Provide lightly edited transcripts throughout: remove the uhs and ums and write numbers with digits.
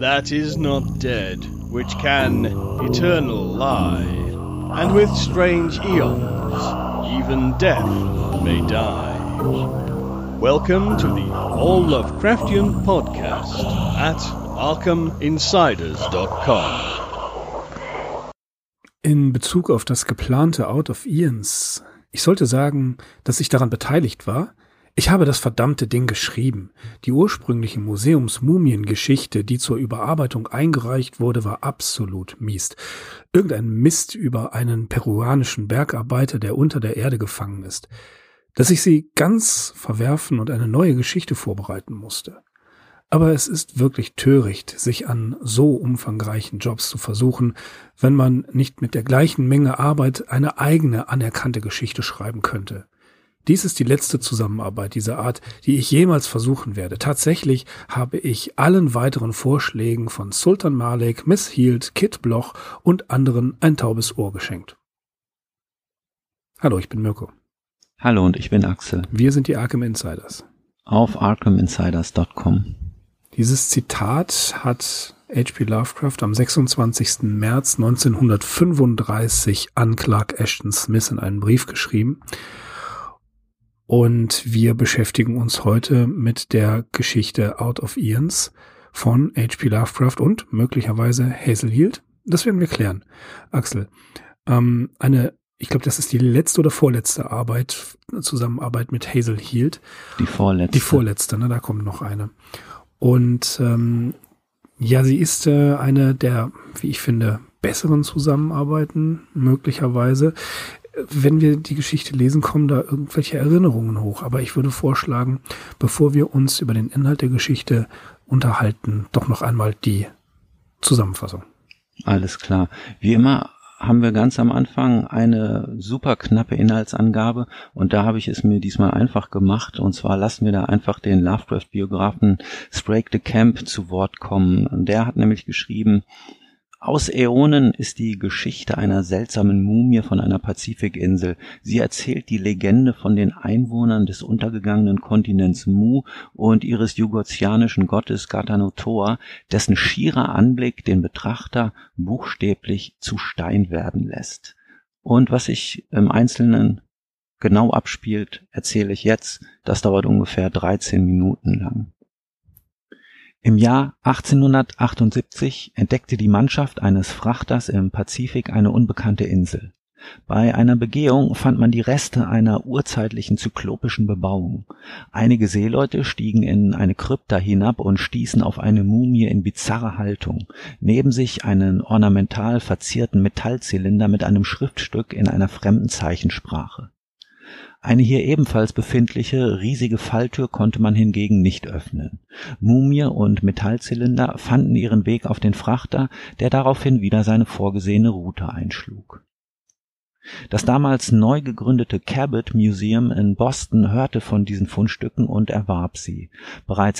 that is not dead, which can eternal lie, and with strange eons, even death may die. Welcome to the All Lovecraftian Podcast at ArkhamInsiders.com. In Bezug auf das geplante Out of Eons, ich sollte sagen, dass ich daran beteiligt war. Ich habe das verdammte Ding geschrieben. Die ursprüngliche Museums-Mumien-Geschichte, die zur Überarbeitung eingereicht wurde, war absolut mies. Irgendein Mist über einen peruanischen Bergarbeiter, der unter der Erde gefangen ist. Dass ich sie ganz verwerfen und eine neue Geschichte vorbereiten musste. Aber es ist wirklich töricht, sich an so umfangreichen Jobs zu versuchen, wenn man nicht mit der gleichen Menge Arbeit eine eigene anerkannte Geschichte schreiben könnte. Dies ist die letzte Zusammenarbeit dieser Art, die ich jemals versuchen werde. Tatsächlich habe ich allen weiteren Vorschlägen von Sultan Malik, Miss Hield, Kit Bloch und anderen ein taubes Ohr geschenkt. Hallo, ich bin Mirko. Hallo und ich bin Axel. Wir sind die Arkham Insiders. Auf ArkhamInsiders.com. Dieses Zitat hat H.P. Lovecraft am 26. März 1935 an Clark Ashton Smith in einen Brief geschrieben. Und wir beschäftigen uns heute mit der Geschichte Out of Eons von H.P. Lovecraft und möglicherweise Hazel Hield. Das werden wir klären. Axel, ich glaube, das ist die letzte oder vorletzte Zusammenarbeit mit Hazel Hield. Die vorletzte. Die vorletzte, ne? Da kommt noch eine. Und sie ist eine der, wie ich finde, besseren Zusammenarbeiten möglicherweise. Wenn wir die Geschichte lesen, kommen da irgendwelche Erinnerungen hoch. Aber ich würde vorschlagen, bevor wir uns über den Inhalt der Geschichte unterhalten, doch noch einmal die Zusammenfassung. Alles klar. Wie immer haben wir ganz am Anfang eine super knappe Inhaltsangabe und da habe ich es mir diesmal einfach gemacht und zwar lassen wir da einfach den Lovecraft-Biografen Sprague de Camp zu Wort kommen. Der hat nämlich geschrieben: Aus Äonen ist die Geschichte einer seltsamen Mumie von einer Pazifikinsel. Sie erzählt die Legende von den Einwohnern des untergegangenen Kontinents Mu und ihres jugozianischen Gottes Gatanotoa, dessen schierer Anblick den Betrachter buchstäblich zu Stein werden lässt. Und was sich im Einzelnen genau abspielt, erzähle ich jetzt. Das dauert ungefähr 13 Minuten lang. Im Jahr 1878 entdeckte die Mannschaft eines Frachters im Pazifik eine unbekannte Insel. Bei einer Begehung fand man die Reste einer urzeitlichen zyklopischen Bebauung. Einige Seeleute stiegen in eine Krypta hinab und stießen auf eine Mumie in bizarrer Haltung, neben sich einen ornamental verzierten Metallzylinder mit einem Schriftstück in einer fremden Zeichensprache. Eine hier ebenfalls befindliche riesige Falltür konnte man hingegen nicht öffnen. Mumie und Metallzylinder fanden ihren Weg auf den Frachter, der daraufhin wieder seine vorgesehene Route einschlug. Das damals neu gegründete Cabot Museum in Boston hörte von diesen Fundstücken und erwarb sie. Bereits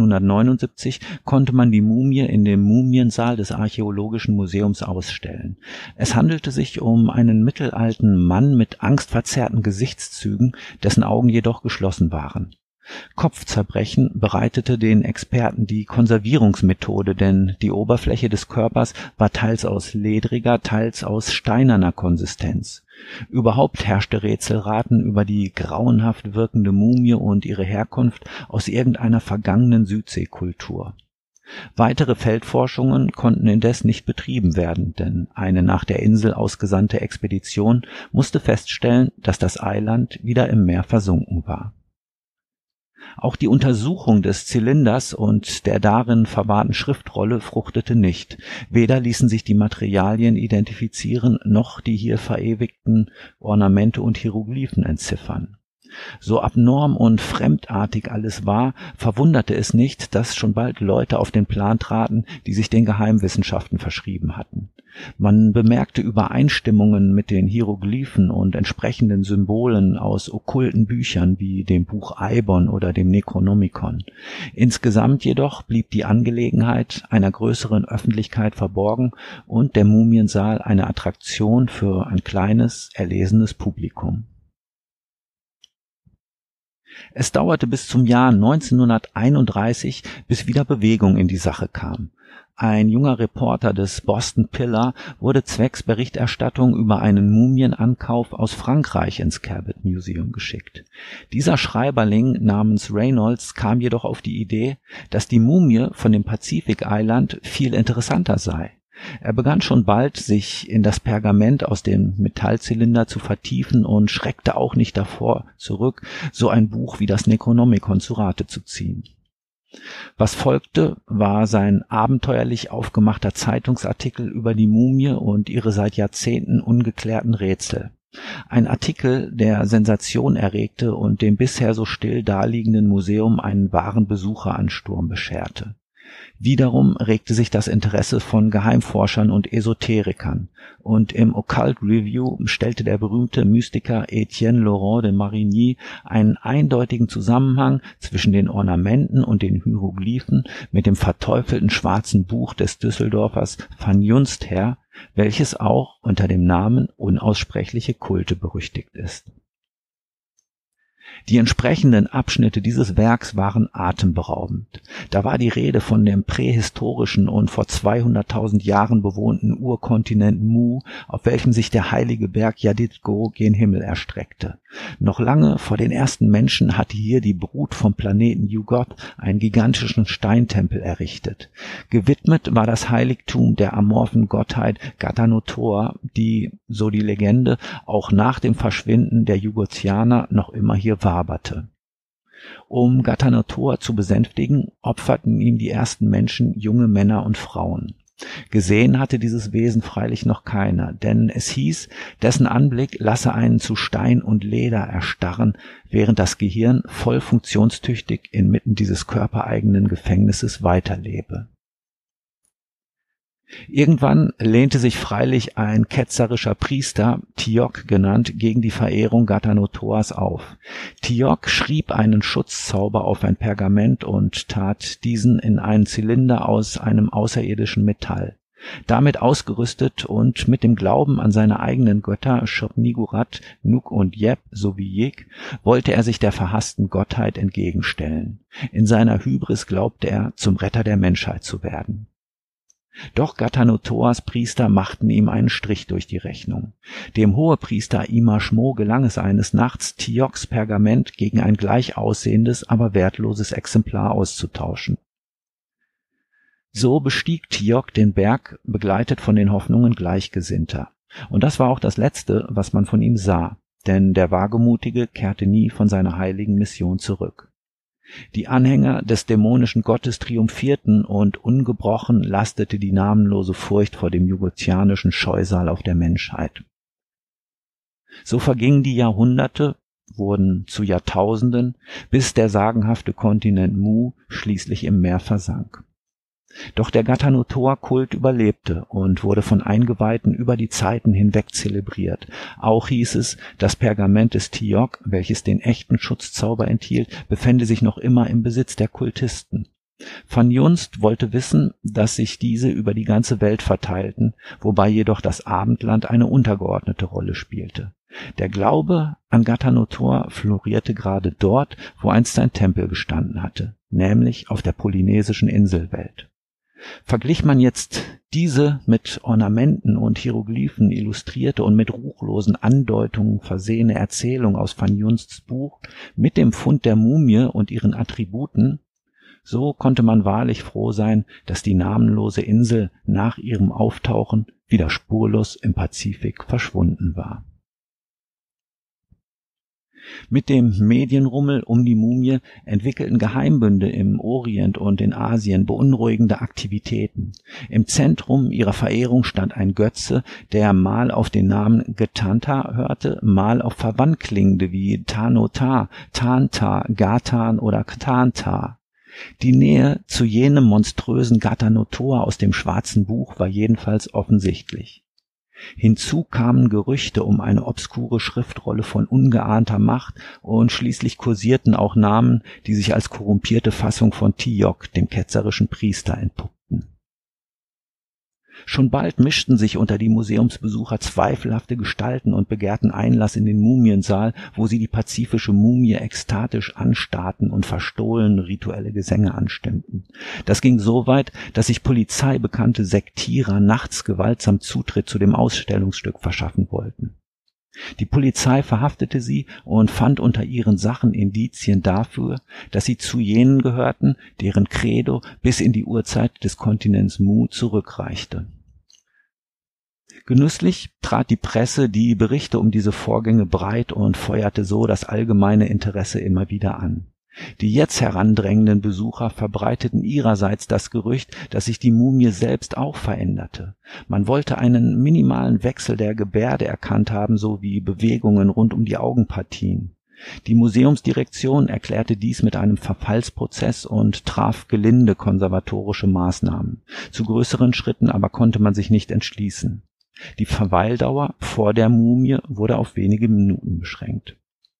1879 konnte man die Mumie in dem Mumiensaal des Archäologischen Museums ausstellen. Es handelte sich um einen mittelalten Mann mit angstverzerrten Gesichtszügen, dessen Augen jedoch geschlossen waren. Kopfzerbrechen bereitete den Experten die Konservierungsmethode, denn die Oberfläche des Körpers war teils aus ledriger, teils aus steinerner Konsistenz. Überhaupt herrschte Rätselraten über die grauenhaft wirkende Mumie und ihre Herkunft aus irgendeiner vergangenen Südseekultur. Weitere Feldforschungen konnten indes nicht betrieben werden, denn eine nach der Insel ausgesandte Expedition musste feststellen, dass das Eiland wieder im Meer versunken war. Auch die Untersuchung des Zylinders und der darin verwahrten Schriftrolle fruchtete nicht. Weder ließen sich die Materialien identifizieren, noch die hier verewigten Ornamente und Hieroglyphen entziffern. So abnorm und fremdartig alles war, verwunderte es nicht, dass schon bald Leute auf den Plan traten, die sich den Geheimwissenschaften verschrieben hatten. Man bemerkte Übereinstimmungen mit den Hieroglyphen und entsprechenden Symbolen aus okkulten Büchern wie dem Buch Eibon oder dem Necronomicon. Insgesamt jedoch blieb die Angelegenheit einer größeren Öffentlichkeit verborgen und der Mumiensaal eine Attraktion für ein kleines, erlesenes Publikum. Es dauerte bis zum Jahr 1931, bis wieder Bewegung in die Sache kam. Ein junger Reporter des Boston Pillar wurde zwecks Berichterstattung über einen Mumienankauf aus Frankreich ins Cabot Museum geschickt. Dieser Schreiberling namens Reynolds kam jedoch auf die Idee, dass die Mumie von dem Pazifik-Eiland viel interessanter sei. Er begann schon bald, sich in das Pergament aus dem Metallzylinder zu vertiefen und schreckte auch nicht davor zurück, so ein Buch wie das Necronomicon zu Rate zu ziehen. Was folgte, war sein abenteuerlich aufgemachter Zeitungsartikel über die Mumie und ihre seit Jahrzehnten ungeklärten Rätsel. Ein Artikel, der Sensation erregte und dem bisher so still daliegenden Museum einen wahren Besucheransturm bescherte. Wiederum regte sich das Interesse von Geheimforschern und Esoterikern, und im Occult Review stellte der berühmte Mystiker Etienne Laurent de Marigny einen eindeutigen Zusammenhang zwischen den Ornamenten und den Hieroglyphen mit dem verteufelten schwarzen Buch des Düsseldorfers Van Junst her, welches auch unter dem Namen Unaussprechliche Kulte berüchtigt ist. Die entsprechenden Abschnitte dieses Werks waren atemberaubend. Da war die Rede von dem prähistorischen und vor 200.000 Jahren bewohnten Urkontinent Mu, auf welchem sich der heilige Berg Yadidgo gen Himmel erstreckte. Noch lange vor den ersten Menschen hatte hier die Brut vom Planeten Yugot einen gigantischen Steintempel errichtet. Gewidmet war das Heiligtum der amorphen Gottheit Ghatanotoa, die, so die Legende, auch nach dem Verschwinden der Yugotianer noch immer hier waberte. Um Ghatanotoa zu besänftigen, opferten ihm die ersten Menschen junge Männer und Frauen. Gesehen hatte dieses Wesen freilich noch keiner, denn es hieß, dessen Anblick lasse einen zu Stein und Leder erstarren, während das Gehirn voll funktionstüchtig inmitten dieses körpereigenen Gefängnisses weiterlebe. Irgendwann lehnte sich freilich ein ketzerischer Priester, Tiok genannt, gegen die Verehrung Ghatanotoas auf. Tiok schrieb einen Schutzzauber auf ein Pergament und tat diesen in einen Zylinder aus einem außerirdischen Metall. Damit ausgerüstet und mit dem Glauben an seine eigenen Götter Shub-Niggurath, Nuk und Yeb sowie Yig wollte er sich der verhassten Gottheit entgegenstellen. In seiner Hybris glaubte er, zum Retter der Menschheit zu werden. Doch Ghatanotoas Priester machten ihm einen Strich durch die Rechnung. Dem Hohepriester Imashmo gelang es eines Nachts, Tioks Pergament gegen ein gleich aussehendes, aber wertloses Exemplar auszutauschen. So bestieg Tiok den Berg, begleitet von den Hoffnungen Gleichgesinnter. Und das war auch das Letzte, was man von ihm sah, denn der Wagemutige kehrte nie von seiner heiligen Mission zurück. Die Anhänger des dämonischen Gottes triumphierten und ungebrochen lastete die namenlose Furcht vor dem jugozianischen Scheusal auf der Menschheit. So vergingen die Jahrhunderte, wurden zu Jahrtausenden, bis der sagenhafte Kontinent Mu schließlich im Meer versank. Doch der Ghatanotoa-Kult überlebte und wurde von Eingeweihten über die Zeiten hinweg zelebriert. Auch hieß es, das Pergament des Tiok, welches den echten Schutzzauber enthielt, befände sich noch immer im Besitz der Kultisten. Van Junst wollte wissen, dass sich diese über die ganze Welt verteilten, wobei jedoch das Abendland eine untergeordnete Rolle spielte. Der Glaube an Ghatanotoa florierte gerade dort, wo einst sein Tempel gestanden hatte, nämlich auf der polynesischen Inselwelt. Verglich man jetzt diese mit Ornamenten und Hieroglyphen illustrierte und mit ruchlosen Andeutungen versehene Erzählung aus Van Junsts Buch mit dem Fund der Mumie und ihren Attributen, so konnte man wahrlich froh sein, dass die namenlose Insel nach ihrem Auftauchen wieder spurlos im Pazifik verschwunden war. Mit dem Medienrummel um die Mumie entwickelten Geheimbünde im Orient und in Asien beunruhigende Aktivitäten. Im Zentrum ihrer Verehrung stand ein Götze, der mal auf den Namen Getanta hörte, mal auf verwandt klingende wie Tanota, Tanta, Gatan oder Ktanta. Die Nähe zu jenem monströsen Ghatanotoa aus dem schwarzen Buch war jedenfalls offensichtlich. Hinzu kamen Gerüchte um eine obskure Schriftrolle von ungeahnter Macht und schließlich kursierten auch Namen, die sich als korrumpierte Fassung von Tiok, dem ketzerischen Priester, entpuppten. Schon bald mischten sich unter die Museumsbesucher zweifelhafte Gestalten und begehrten Einlass in den Mumiensaal, wo sie die pazifische Mumie ekstatisch anstarrten und verstohlen rituelle Gesänge anstimmten. Das ging so weit, dass sich polizeibekannte Sektierer nachts gewaltsam Zutritt zu dem Ausstellungsstück verschaffen wollten. Die Polizei verhaftete sie und fand unter ihren Sachen Indizien dafür, dass sie zu jenen gehörten, deren Credo bis in die Urzeit des Kontinents Mu zurückreichte. Genüsslich trat die Presse die Berichte um diese Vorgänge breit und feuerte so das allgemeine Interesse immer wieder an. Die jetzt herandrängenden Besucher verbreiteten ihrerseits das Gerücht, dass sich die Mumie selbst auch veränderte. Man wollte einen minimalen Wechsel der Gebärde erkannt haben, sowie Bewegungen rund um die Augenpartien. Die Museumsdirektion erklärte dies mit einem Verfallsprozess und traf gelinde konservatorische Maßnahmen. Zu größeren Schritten aber konnte man sich nicht entschließen. Die Verweildauer vor der Mumie wurde auf wenige Minuten beschränkt.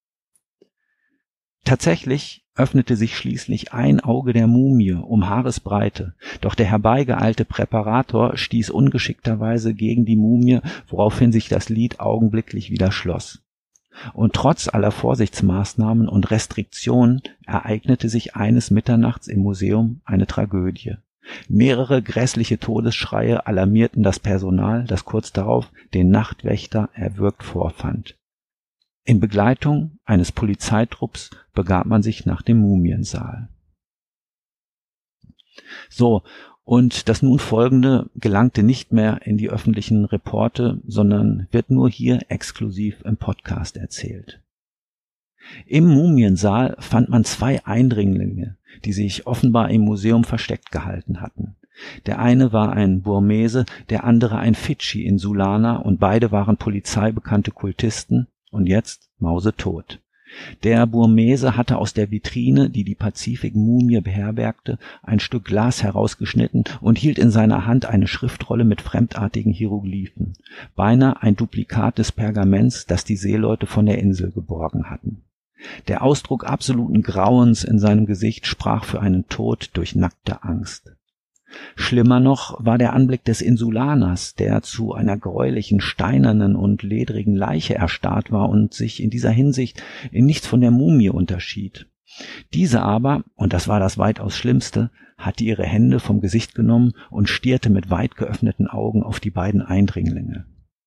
Tatsächlich öffnete sich schließlich ein Auge der Mumie um Haaresbreite, doch der herbeigeeilte Präparator stieß ungeschickterweise gegen die Mumie, woraufhin sich das Lid augenblicklich wieder schloss. Und trotz aller Vorsichtsmaßnahmen und Restriktionen ereignete sich eines Mitternachts im Museum eine Tragödie. Mehrere grässliche Todesschreie alarmierten das Personal, das kurz darauf den Nachtwächter erwürgt vorfand. In Begleitung eines Polizeitrupps begab man sich nach dem Mumiensaal. So, und das nun Folgende gelangte nicht mehr in die öffentlichen Reporte, sondern wird nur hier exklusiv im Podcast erzählt. Im Mumiensaal fand man 2 Eindringlinge, die sich offenbar im Museum versteckt gehalten hatten. Der eine war ein Burmese, der andere ein Fidschi-Insulaner und beide waren polizeibekannte Kultisten, und jetzt mausetot. Der Burmese hatte aus der Vitrine, die die Pazifik-Mumie beherbergte, ein Stück Glas herausgeschnitten und hielt in seiner Hand eine Schriftrolle mit fremdartigen Hieroglyphen, beinahe ein Duplikat des Pergaments, das die Seeleute von der Insel geborgen hatten. Der Ausdruck absoluten Grauens in seinem Gesicht sprach für einen Tod durch nackte Angst. Schlimmer noch war der Anblick des Insulaners, der zu einer gräulichen, steinernen und ledrigen Leiche erstarrt war und sich in dieser Hinsicht in nichts von der Mumie unterschied. Diese aber, und das war das weitaus Schlimmste, hatte ihre Hände vom Gesicht genommen und stierte mit weit geöffneten Augen auf die beiden Eindringlinge.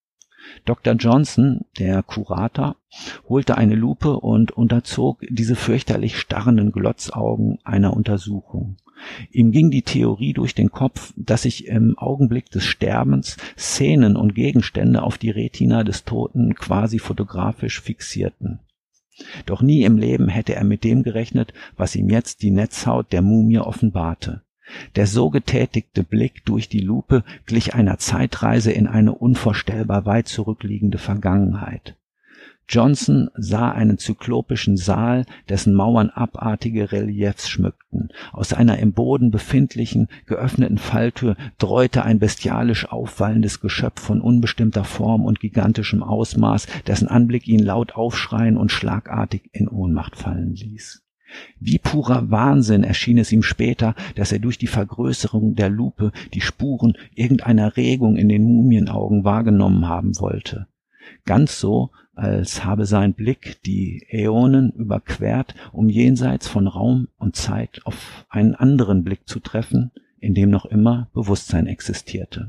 Dr. Johnson, der Kurator, holte eine Lupe und unterzog diese fürchterlich starrenden Glotzaugen einer Untersuchung. Ihm ging die Theorie durch den Kopf, dass sich im Augenblick des Sterbens Szenen und Gegenstände auf die Retina des Toten quasi fotografisch fixierten. Doch nie im Leben hätte er mit dem gerechnet, was ihm jetzt die Netzhaut der Mumie offenbarte. Der so getätigte Blick durch die Lupe glich einer Zeitreise in eine unvorstellbar weit zurückliegende Vergangenheit. Johnson sah einen zyklopischen Saal, dessen Mauern abartige Reliefs schmückten. Aus einer im Boden befindlichen, geöffneten Falltür dräute ein bestialisch aufwallendes Geschöpf von unbestimmter Form und gigantischem Ausmaß, dessen Anblick ihn laut aufschreien und schlagartig in Ohnmacht fallen ließ. Wie purer Wahnsinn erschien es ihm später, dass er durch die Vergrößerung der Lupe die Spuren irgendeiner Regung in den Mumienaugen wahrgenommen haben wollte. Ganz so, als habe sein Blick die Äonen überquert, um jenseits von Raum und Zeit auf einen anderen Blick zu treffen, in dem noch immer Bewusstsein existierte.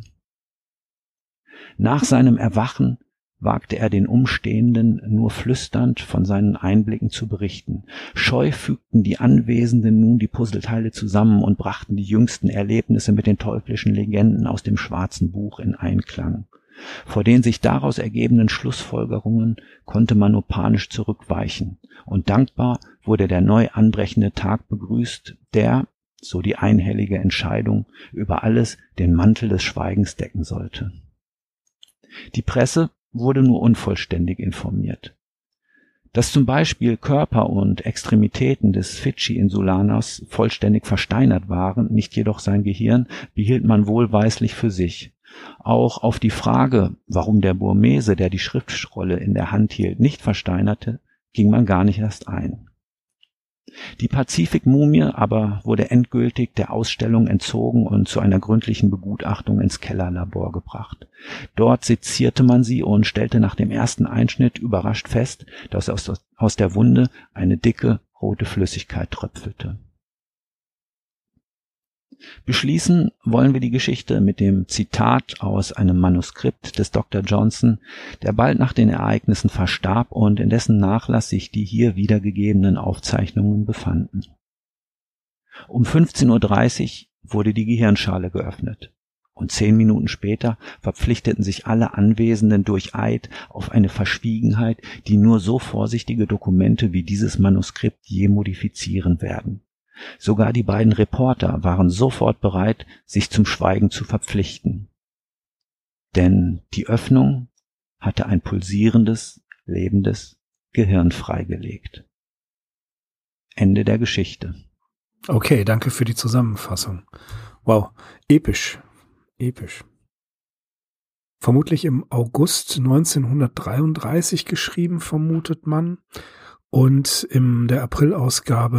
Nach seinem Erwachen wagte er den Umstehenden nur flüsternd von seinen Einblicken zu berichten. Scheu fügten die Anwesenden nun die Puzzleteile zusammen und brachten die jüngsten Erlebnisse mit den teuflischen Legenden aus dem Schwarzen Buch in Einklang. Vor den sich daraus ergebenden Schlussfolgerungen konnte man nur panisch zurückweichen, und dankbar wurde der neu anbrechende Tag begrüßt, der, so die einhellige Entscheidung, über alles den Mantel des Schweigens decken sollte. Die Presse wurde nur unvollständig informiert. Dass zum Beispiel Körper und Extremitäten des Fidschi-Insulaners vollständig versteinert waren, nicht jedoch sein Gehirn, behielt man wohlweislich für sich. Auch auf die Frage, warum der Burmese, der die Schriftrolle in der Hand hielt, nicht versteinerte, ging man gar nicht erst ein. Die Pazifik-Mumie aber wurde endgültig der Ausstellung entzogen und zu einer gründlichen Begutachtung ins Kellerlabor gebracht. Dort sezierte man sie und stellte nach dem ersten Einschnitt überrascht fest, dass aus der Wunde eine dicke, rote Flüssigkeit tröpfelte. Beschließen wollen wir die Geschichte mit dem Zitat aus einem Manuskript des Dr. Johnson, der bald nach den Ereignissen verstarb und in dessen Nachlass sich die hier wiedergegebenen Aufzeichnungen befanden. Um 15:30 Uhr wurde die Gehirnschale geöffnet und 10 Minuten später verpflichteten sich alle Anwesenden durch Eid auf eine Verschwiegenheit, die nur so vorsichtige Dokumente wie dieses Manuskript je modifizieren werden. Sogar die beiden Reporter waren sofort bereit, sich zum Schweigen zu verpflichten. Denn die Öffnung hatte ein pulsierendes, lebendes Gehirn freigelegt. Ende der Geschichte. Okay, danke für die Zusammenfassung. Wow, episch, episch. Vermutlich im August 1933 geschrieben, vermutet man. Und in der Aprilausgabe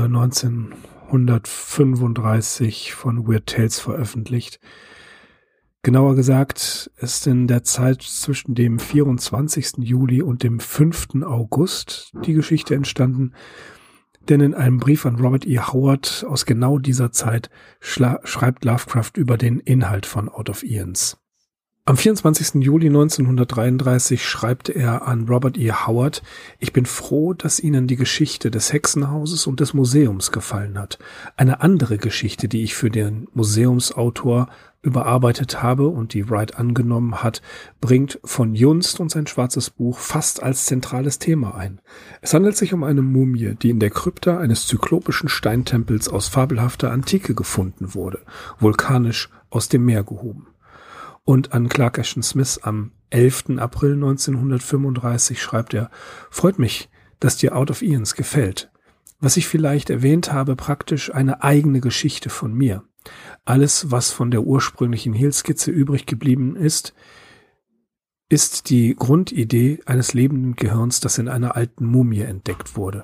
1935 von Weird Tales veröffentlicht. Genauer gesagt ist in der Zeit zwischen dem 24. Juli und dem 5. August die Geschichte entstanden, denn in einem Brief an Robert E. Howard aus genau dieser Zeit schreibt Lovecraft über den Inhalt von Out of Eons. Am 24. Juli 1933 schreibt er an Robert E. Howard: Ich bin froh, dass Ihnen die Geschichte des Hexenhauses und des Museums gefallen hat. Eine andere Geschichte, die ich für den Museumsautor überarbeitet habe und die Wright angenommen hat, bringt von Junst und sein schwarzes Buch fast als zentrales Thema ein. Es handelt sich um eine Mumie, die in der Krypta eines zyklopischen Steintempels aus fabelhafter Antike gefunden wurde, vulkanisch aus dem Meer gehoben. Und an Clark Ashton Smith am 11. April 1935 schreibt er: Freut mich, dass dir Out of Eons gefällt. Was ich vielleicht erwähnt habe, praktisch eine eigene Geschichte von mir. Alles, was von der ursprünglichen Hill-Skizze übrig geblieben ist die Grundidee eines lebenden Gehirns, das in einer alten Mumie entdeckt wurde.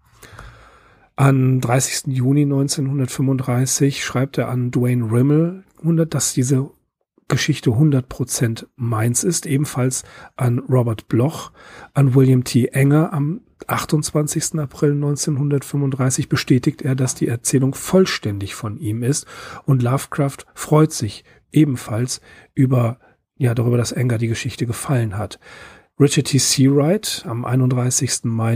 Am 30. Juni 1935 schreibt er an Duane Rimmel, dass diese Geschichte 100% meins ist, ebenfalls an Robert Bloch, an William T. Enger. Am 28. April 1935 bestätigt er, dass die Erzählung vollständig von ihm ist, und Lovecraft freut sich ebenfalls darüber, dass Enger die Geschichte gefallen hat. Richard T. Seawright am 31. Mai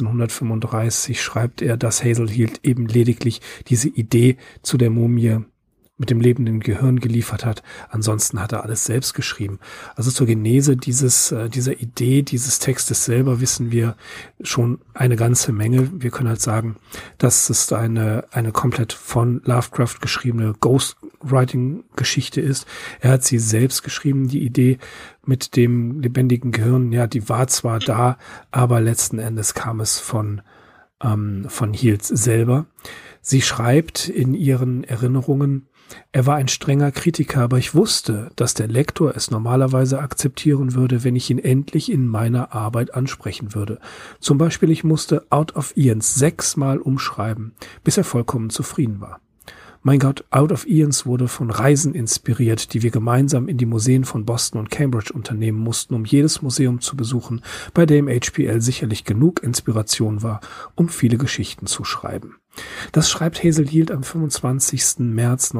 1935 schreibt er, dass Hazel Hield eben lediglich diese Idee zu der Mumie mit dem lebenden Gehirn geliefert hat. Ansonsten hat er alles selbst geschrieben. Also zur Genese dieser Idee, dieses Textes selber wissen wir schon eine ganze Menge. Wir können halt sagen, dass es eine komplett von Lovecraft geschriebene Ghostwriting-Geschichte ist. Er hat sie selbst geschrieben, die Idee mit dem lebendigen Gehirn. Ja, die war zwar da, aber letzten Endes kam es von Hield selber. Sie schreibt in ihren Erinnerungen: Er war ein strenger Kritiker, aber ich wusste, dass der Lektor es normalerweise akzeptieren würde, wenn ich ihn endlich in meiner Arbeit ansprechen würde. Zum Beispiel, ich musste Out of Eons 6-mal umschreiben, bis er vollkommen zufrieden war. Mein Gott, Out of Eons wurde von Reisen inspiriert, die wir gemeinsam in die Museen von Boston und Cambridge unternehmen mussten, um jedes Museum zu besuchen, bei dem HPL sicherlich genug Inspiration war, um viele Geschichten zu schreiben. Das schreibt Hazel Hield am 25. März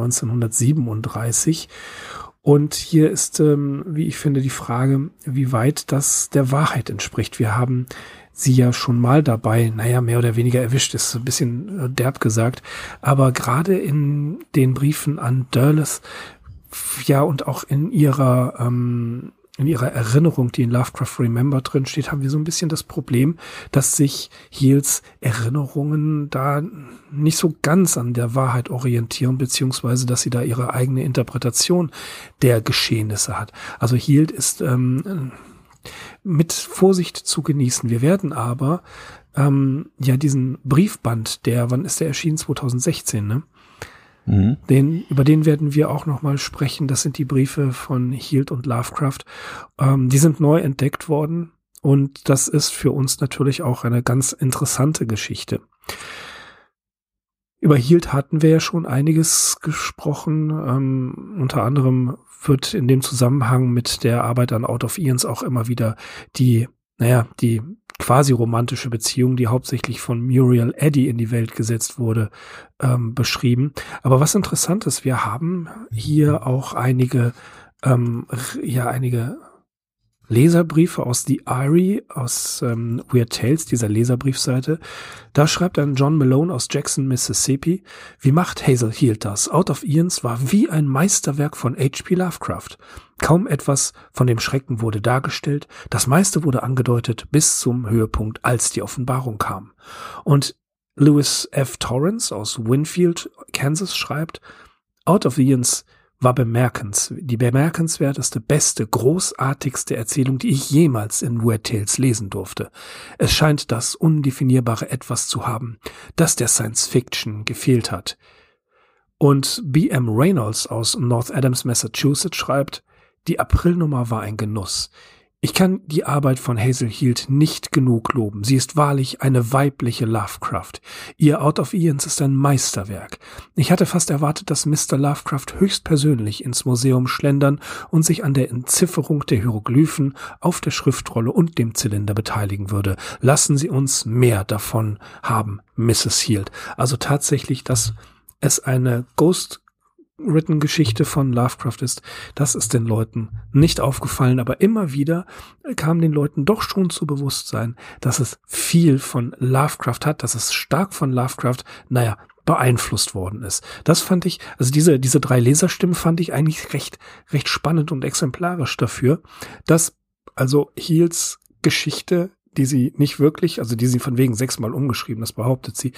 1937. Und hier ist, wie ich finde, die Frage, wie weit das der Wahrheit entspricht. Wir haben sie ja schon mal dabei, mehr oder weniger erwischt, ist ein bisschen derb gesagt, aber gerade in den Briefen an Derleth, und auch in ihrer Erinnerung, die in Lovecraft Remembered drin steht, haben wir so ein bisschen das Problem, dass sich Hields Erinnerungen da nicht so ganz an der Wahrheit orientieren, beziehungsweise dass sie da ihre eigene Interpretation der Geschehnisse hat. Also Hield ist mit Vorsicht zu genießen. Wir werden aber diesen Briefband, wann ist der erschienen? 2016, ne? Mhm. Über den werden wir auch nochmal sprechen. Das sind die Briefe von Hield und Lovecraft. Die sind neu entdeckt worden, und das ist für uns natürlich auch eine ganz interessante Geschichte. Über Hield hatten wir ja schon einiges gesprochen. Unter anderem wird in dem Zusammenhang mit der Arbeit an Out of Eons auch immer wieder die quasi romantische Beziehung, die hauptsächlich von Muriel Eddy in die Welt gesetzt wurde, beschrieben. Aber was interessant ist, wir haben hier auch einige Leserbriefe aus The Eyrie, aus Weird Tales, dieser Leserbriefseite. Da schreibt dann John Malone aus Jackson, Mississippi: Wie macht Hazel Hield das? Out of Eons war wie ein Meisterwerk von H.P. Lovecraft. Kaum etwas von dem Schrecken wurde dargestellt, das meiste wurde angedeutet bis zum Höhepunkt, als die Offenbarung kam. Und Lewis F. Torrance aus Winfield, Kansas schreibt: Out of Eons war die bemerkenswerteste, beste, großartigste Erzählung, die ich jemals in Weird Tales lesen durfte. Es scheint das undefinierbare Etwas zu haben, das der Science Fiction gefehlt hat. Und B.M. Reynolds aus North Adams, Massachusetts schreibt: Die Aprilnummer war ein Genuss. Ich kann die Arbeit von Hazel Hield nicht genug loben. Sie ist wahrlich eine weibliche Lovecraft. Ihr Out of Eons ist ein Meisterwerk. Ich hatte fast erwartet, dass Mr. Lovecraft höchstpersönlich ins Museum schlendern und sich an der Entzifferung der Hieroglyphen auf der Schriftrolle und dem Zylinder beteiligen würde. Lassen Sie uns mehr davon haben, Mrs. Hield. Also tatsächlich, dass es eine Ghost-Written-Geschichte von Lovecraft ist, das ist den Leuten nicht aufgefallen, aber immer wieder kam den Leuten doch schon zu Bewusstsein, dass es viel von Lovecraft hat, dass es stark von Lovecraft, beeinflusst worden ist. Das fand ich, also diese 3 Leserstimmen fand ich eigentlich recht spannend und exemplarisch dafür, dass also Hields Geschichte, die sie nicht wirklich, also die sie von wegen 6-mal umgeschrieben, das behauptet sie,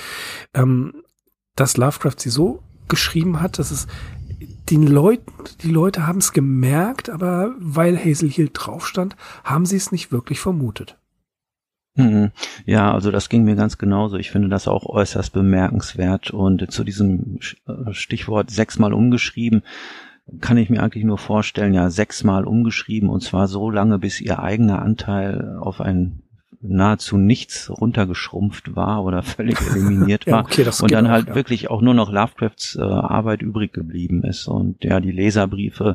dass Lovecraft sie so geschrieben hat, dass es die Leute haben es gemerkt, aber weil Hazel Hield drauf stand, haben sie es nicht wirklich vermutet. Ja, also das ging mir ganz genauso. Ich finde das auch äußerst bemerkenswert, und zu diesem Stichwort 6-mal umgeschrieben kann ich mir eigentlich nur vorstellen, 6-mal umgeschrieben, und zwar so lange, bis ihr eigener Anteil auf ein nahezu nichts runtergeschrumpft war oder völlig eliminiert war, und dann halt wirklich auch nur noch Lovecrafts Arbeit übrig geblieben ist. Und die Leserbriefe,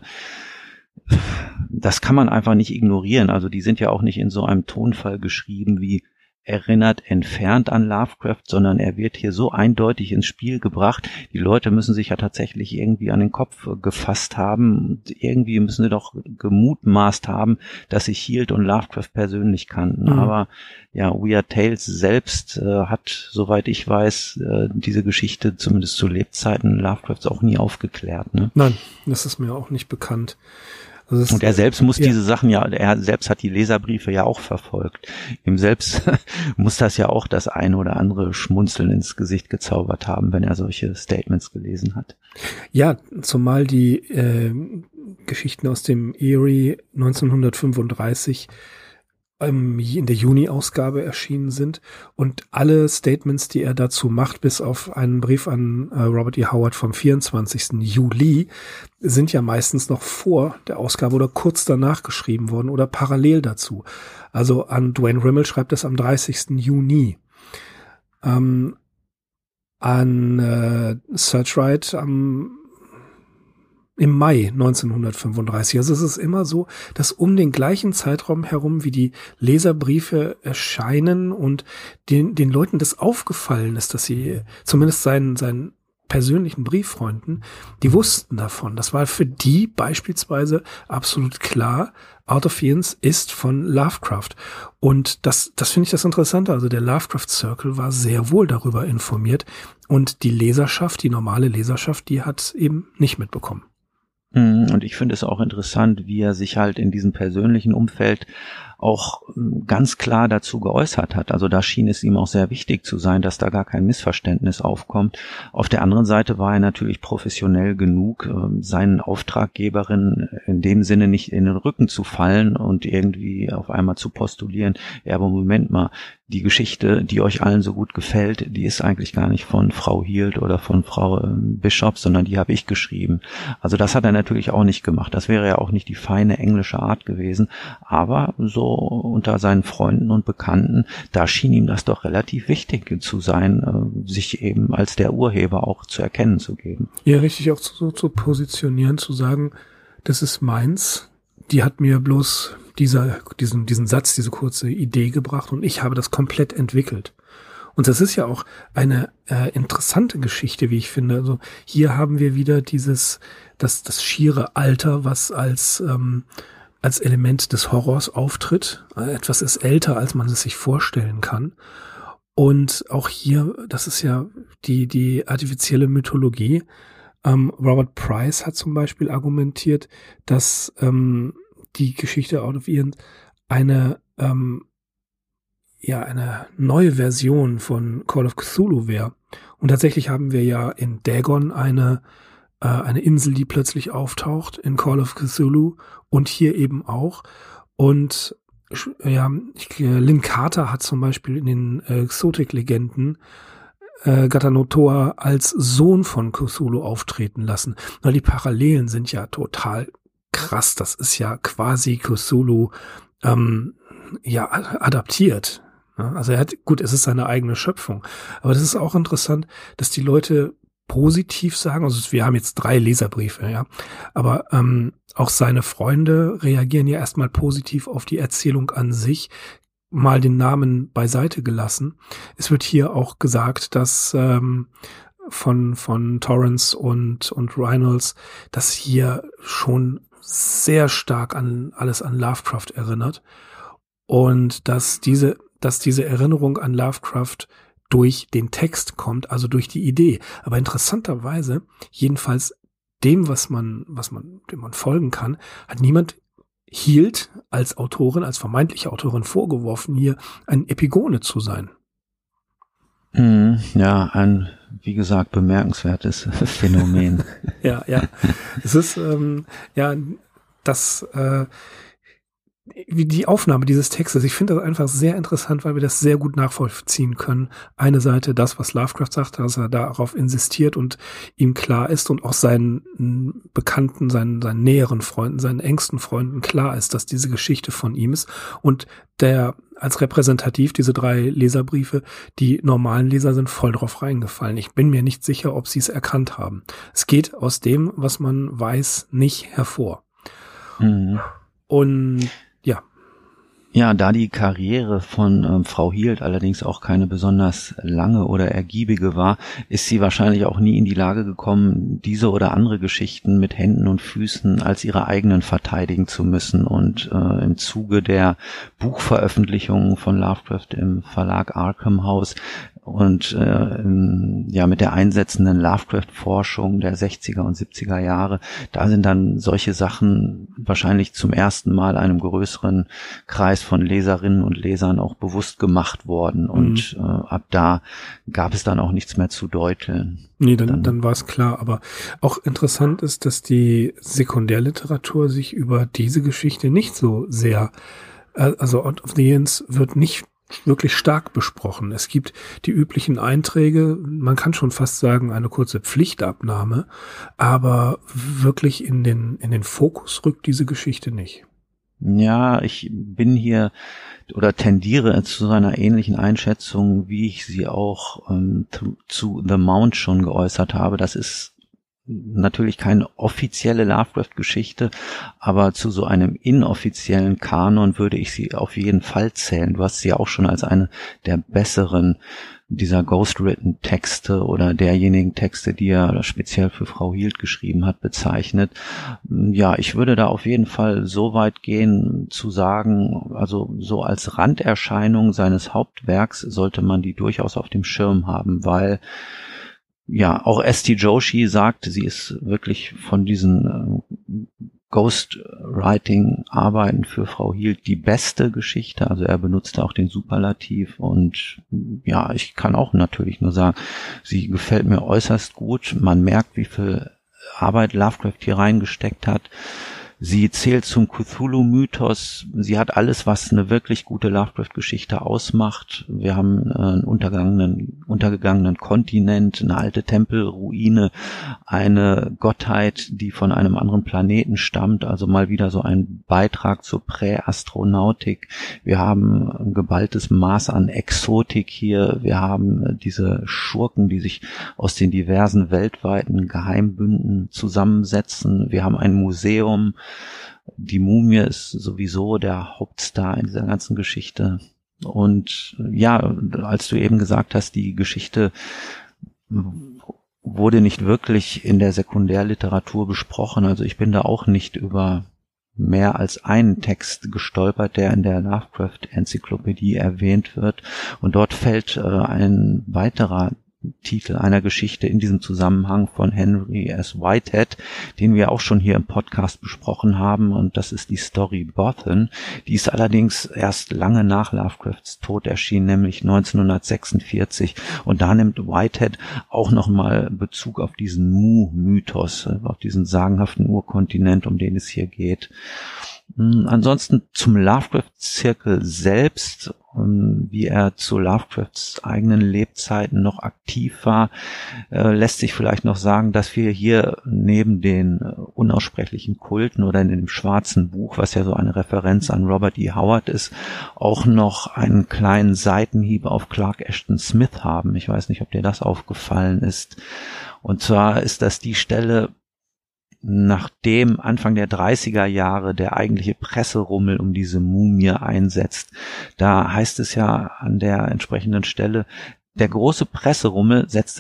das kann man einfach nicht ignorieren. Also die sind ja auch nicht in so einem Tonfall geschrieben wie erinnert entfernt an Lovecraft, sondern er wird hier so eindeutig ins Spiel gebracht. Die Leute müssen sich ja tatsächlich irgendwie an den Kopf gefasst haben. Irgendwie müssen sie doch gemutmaßt haben, dass sich Hield und Lovecraft persönlich kannten. Aber Weird Tales selbst hat, soweit ich weiß, diese Geschichte zumindest zu Lebzeiten Lovecrafts auch nie aufgeklärt. Ne? Nein, das ist mir auch nicht bekannt. Also und er selbst muss diese Sachen er selbst hat die Leserbriefe ja auch verfolgt. Ihm selbst muss das ja auch das eine oder andere Schmunzeln ins Gesicht gezaubert haben, wenn er solche Statements gelesen hat. Ja, zumal die Geschichten aus dem Eyrie 1935 in der Juni-Ausgabe erschienen sind, und alle Statements, die er dazu macht, bis auf einen Brief an Robert E. Howard vom 24. Juli, sind ja meistens noch vor der Ausgabe oder kurz danach geschrieben worden oder parallel dazu. Also an Duane Rimmel schreibt es am 30. Juni. An Searchright im Mai 1935. Also es ist immer so, dass um den gleichen Zeitraum herum, wie die Leserbriefe erscheinen und den Leuten das aufgefallen ist, dass sie zumindest seinen persönlichen Brieffreunden, die wussten davon. Das war für die beispielsweise absolut klar, Out of Eons ist von Lovecraft. Und das finde ich das Interessante. Also der Lovecraft Circle war sehr wohl darüber informiert, und die Leserschaft, die normale Leserschaft, die hat es eben nicht mitbekommen. Und ich finde es auch interessant, wie er sich halt in diesem persönlichen Umfeld auch ganz klar dazu geäußert hat. Also da schien es ihm auch sehr wichtig zu sein, dass da gar kein Missverständnis aufkommt. Auf der anderen Seite war er natürlich professionell genug, seinen Auftraggeberinnen in dem Sinne nicht in den Rücken zu fallen und irgendwie auf einmal zu postulieren, ja, aber Moment mal, die Geschichte, die euch allen so gut gefällt, die ist eigentlich gar nicht von Frau Hield oder von Frau Bishop, sondern die habe ich geschrieben. Also das hat er natürlich auch nicht gemacht. Das wäre ja auch nicht die feine englische Art gewesen. Aber so unter seinen Freunden und Bekannten, da schien ihm das doch relativ wichtig zu sein, sich eben als der Urheber auch zu erkennen zu geben. Ja, richtig auch so zu positionieren, zu sagen, das ist meins. Die hat mir bloß diesen Satz, diese kurze Idee gebracht und ich habe das komplett entwickelt. Und das ist ja auch eine interessante Geschichte, wie ich finde. Also hier haben wir wieder das schiere Alter, was als Element des Horrors auftritt. Etwas ist älter, als man es sich vorstellen kann. Und auch hier, das ist ja die artifizielle Mythologie. Robert Price hat zum Beispiel argumentiert, dass die Geschichte Out of Eden eine neue Version von Call of Cthulhu wäre. Und tatsächlich haben wir ja in Dagon eine Insel, die plötzlich auftaucht in Call of Cthulhu und hier eben auch. Und ja, Lynn Carter hat zum Beispiel in den Exotik-Legenden Gatanotoa als Sohn von Cthulhu auftreten lassen. Weil die Parallelen sind ja total krass. Das ist ja quasi Cthulhu adaptiert. Also es ist seine eigene Schöpfung. Aber das ist auch interessant, dass die Leute positiv sagen, also wir haben jetzt 3 Leserbriefe, ja, aber auch seine Freunde reagieren ja erstmal positiv auf die Erzählung an sich, mal den Namen beiseite gelassen. Es wird hier auch gesagt, dass von Torrance und Reynolds, dass hier schon sehr stark an Lovecraft erinnert und dass diese Erinnerung an Lovecraft durch den Text kommt, also durch die Idee. Aber interessanterweise, jedenfalls dem man folgen kann, hat niemand Hield als Autorin, als vermeintliche Autorin vorgeworfen, hier ein Epigone zu sein. Ja, ein, wie gesagt, bemerkenswertes Phänomen. Ja. Es ist, wie die Aufnahme dieses Textes, ich finde das einfach sehr interessant, weil wir das sehr gut nachvollziehen können. Eine Seite das, was Lovecraft sagt, dass er darauf insistiert und ihm klar ist und auch seinen Bekannten, seinen näheren Freunden, seinen engsten Freunden klar ist, dass diese Geschichte von ihm ist. Und der als repräsentativ, diese 3 Leserbriefe, die normalen Leser sind voll drauf reingefallen. Ich bin mir nicht sicher, ob sie es erkannt haben. Es geht aus dem, was man weiß, nicht hervor. Mhm. Und ja, da die Karriere von Frau Hield allerdings auch keine besonders lange oder ergiebige war, ist sie wahrscheinlich auch nie in die Lage gekommen, diese oder andere Geschichten mit Händen und Füßen als ihre eigenen verteidigen zu müssen. Und im Zuge der Buchveröffentlichungen von Lovecraft im Verlag Arkham House und mit der einsetzenden Lovecraft-Forschung der 60er und 70er Jahre, da sind dann solche Sachen wahrscheinlich zum ersten Mal einem größeren Kreis von Leserinnen und Lesern auch bewusst gemacht worden. Und ab da gab es dann auch nichts mehr zu deuteln. Nee, dann war es klar. Aber auch interessant ist, dass die Sekundärliteratur sich über diese Geschichte nicht so sehr, also Out of the Ends wird nicht wirklich stark besprochen. Es gibt die üblichen Einträge, man kann schon fast sagen, eine kurze Pflichtabnahme, aber wirklich in den Fokus rückt diese Geschichte nicht. Ja, ich bin hier oder tendiere zu einer ähnlichen Einschätzung, wie ich sie auch zu The Mount schon geäußert habe. Das ist natürlich keine offizielle Lovecraft-Geschichte, aber zu so einem inoffiziellen Kanon würde ich sie auf jeden Fall zählen. Du hast sie auch schon als eine der besseren dieser ghostwritten Texte oder derjenigen Texte, die er speziell für Frau Hield geschrieben hat, bezeichnet. Ja, ich würde da auf jeden Fall so weit gehen zu sagen, also so als Randerscheinung seines Hauptwerks sollte man die durchaus auf dem Schirm haben, weil ja, auch S.T. Joshi sagt, sie ist wirklich von diesen Ghostwriting-Arbeiten für Frau Hield die beste Geschichte. Also er benutzte auch den Superlativ und ja, ich kann auch natürlich nur sagen, sie gefällt mir äußerst gut. Man merkt, wie viel Arbeit Lovecraft hier reingesteckt hat. Sie zählt zum Cthulhu-Mythos. Sie hat alles, was eine wirklich gute Lovecraft-Geschichte ausmacht. Wir haben einen untergegangenen Kontinent, eine alte Tempelruine, eine Gottheit, die von einem anderen Planeten stammt, also mal wieder so ein Beitrag zur Präastronautik. Wir haben ein geballtes Maß an Exotik hier. Wir haben diese Schurken, die sich aus den diversen weltweiten Geheimbünden zusammensetzen. Wir haben ein Museum. Die Mumie ist sowieso der Hauptstar in dieser ganzen Geschichte. Und ja, als du eben gesagt hast, die Geschichte wurde nicht wirklich in der Sekundärliteratur besprochen. Also ich bin da auch nicht über mehr als einen Text gestolpert, der in der Lovecraft-Enzyklopädie erwähnt wird. Und dort fällt ein weiterer Titel einer Geschichte in diesem Zusammenhang von Henry S. Whitehead, den wir auch schon hier im Podcast besprochen haben, und das ist die Story Bothan. Die ist allerdings erst lange nach Lovecrafts Tod erschienen, nämlich 1946, und da nimmt Whitehead auch nochmal Bezug auf diesen Mu-Mythos, auf diesen sagenhaften Urkontinent, um den es hier geht. Ansonsten zum Lovecraft-Zirkel selbst, wie er zu Lovecrafts eigenen Lebzeiten noch aktiv war, lässt sich vielleicht noch sagen, dass wir hier neben den unaussprechlichen Kulten oder in dem Schwarzen Buch, was ja so eine Referenz an Robert E. Howard ist, auch noch einen kleinen Seitenhieb auf Clark Ashton Smith haben. Ich weiß nicht, ob dir das aufgefallen ist. Und zwar ist das die Stelle, nachdem Anfang der 30er Jahre der eigentliche Presserummel um diese Mumie einsetzt. Da heißt es ja an der entsprechenden Stelle, der große Presserummel setzte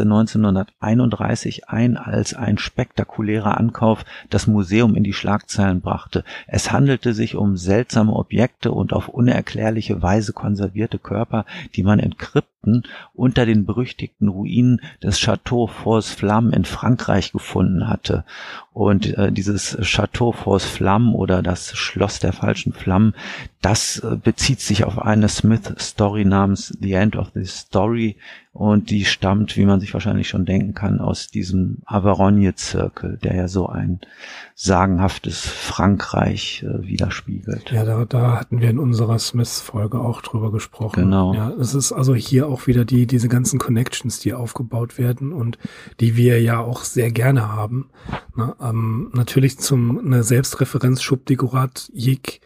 1931 ein, als ein spektakulärer Ankauf das Museum in die Schlagzeilen brachte. Es handelte sich um seltsame Objekte und auf unerklärliche Weise konservierte Körper, die man in Krypten unter den berüchtigten Ruinen des Château Force Flamme in Frankreich gefunden hatte. Und dieses Château Force Flamme oder das Schloss der falschen Flammen, das bezieht sich auf eine Smith-Story namens The End of the Story, und die stammt, wie man sich wahrscheinlich schon denken kann, aus diesem Aveyron-Zirkel, der ja so ein sagenhaftes Frankreich widerspiegelt. Ja, da hatten wir in unserer Smith-Folge auch drüber gesprochen. Genau. Ja, es ist also hier auch wieder diese ganzen Connections, die aufgebaut werden und die wir ja auch sehr gerne haben. Natürlich eine Selbstreferenz Schubdigurat, Jig,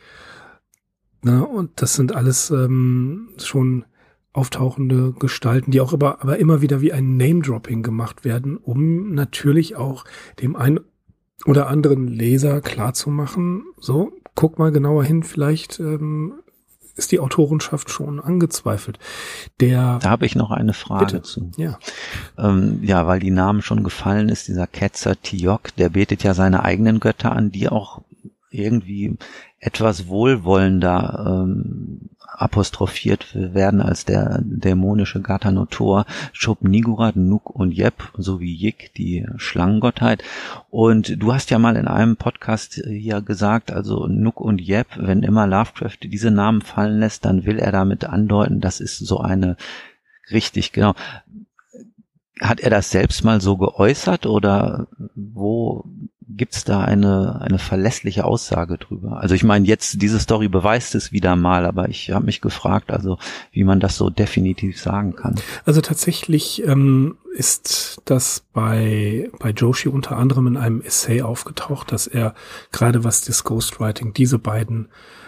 und das sind alles schon auftauchende Gestalten, die auch aber immer wieder wie ein Name-Dropping gemacht werden, um natürlich auch dem einen oder anderen Leser klarzumachen, so, guck mal genauer hin, vielleicht ist die Autorenschaft schon angezweifelt. Da habe ich noch eine Frage Bitte. zu. Ja. Ja, weil die Namen schon gefallen ist, dieser Ketzer Tiok, der betet ja seine eigenen Götter an, die auch irgendwie etwas wohlwollender apostrophiert werden als der dämonische Gatanotor, Shub-Niggurath, Nuk und Yep, sowie Yik, die Schlangengottheit. Und du hast ja mal in einem Podcast hier gesagt, also Nuk und Yep, wenn immer Lovecraft diese Namen fallen lässt, dann will er damit andeuten, das ist so eine, richtig, genau. Hat er das selbst mal so geäußert oder wo gibt's da eine verlässliche Aussage drüber? Also ich meine, jetzt diese Story beweist es wieder mal, aber ich habe mich gefragt, also wie man das so definitiv sagen kann. Also tatsächlich ist das bei Joshi unter anderem in einem Essay aufgetaucht, dass er gerade was das Ghostwriting, diese beiden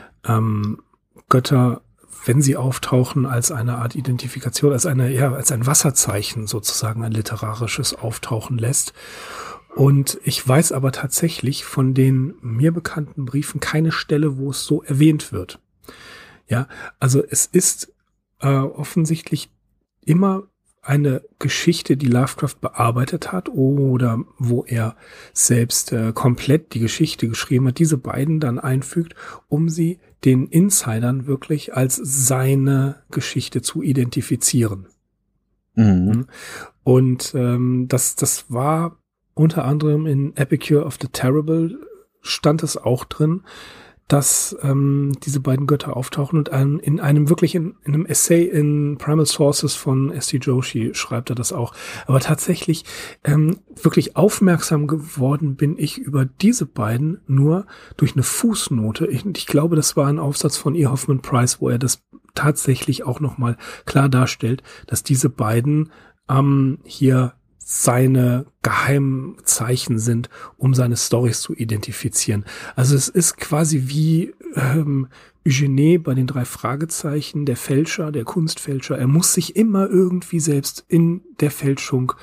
Götter, wenn sie auftauchen, als eine Art Identifikation, als ein Wasserzeichen sozusagen, ein literarisches auftauchen lässt. Und ich weiß aber tatsächlich von den mir bekannten Briefen keine Stelle, wo es so erwähnt wird. Ja, also es ist offensichtlich immer eine Geschichte, die Lovecraft bearbeitet hat oder wo er selbst komplett die Geschichte geschrieben hat, diese beiden dann einfügt, um sie den Insidern wirklich als seine Geschichte zu identifizieren. Mhm. Und das war unter anderem in Epicure of the Terrible stand es auch drin, dass diese beiden Götter auftauchen und in einem Essay in Primal Sources von S.T. Joshi schreibt er das auch. Aber tatsächlich wirklich aufmerksam geworden bin ich über diese beiden nur durch eine Fußnote. Ich glaube, das war ein Aufsatz von E. Hoffman Price, wo er das tatsächlich auch nochmal klar darstellt, dass diese beiden hier seine Geheimzeichen sind, um seine Storys zu identifizieren. Also es ist quasi wie Eugene bei den 3 Fragezeichen, der Fälscher, der Kunstfälscher. Er muss sich immer irgendwie selbst in der Fälschung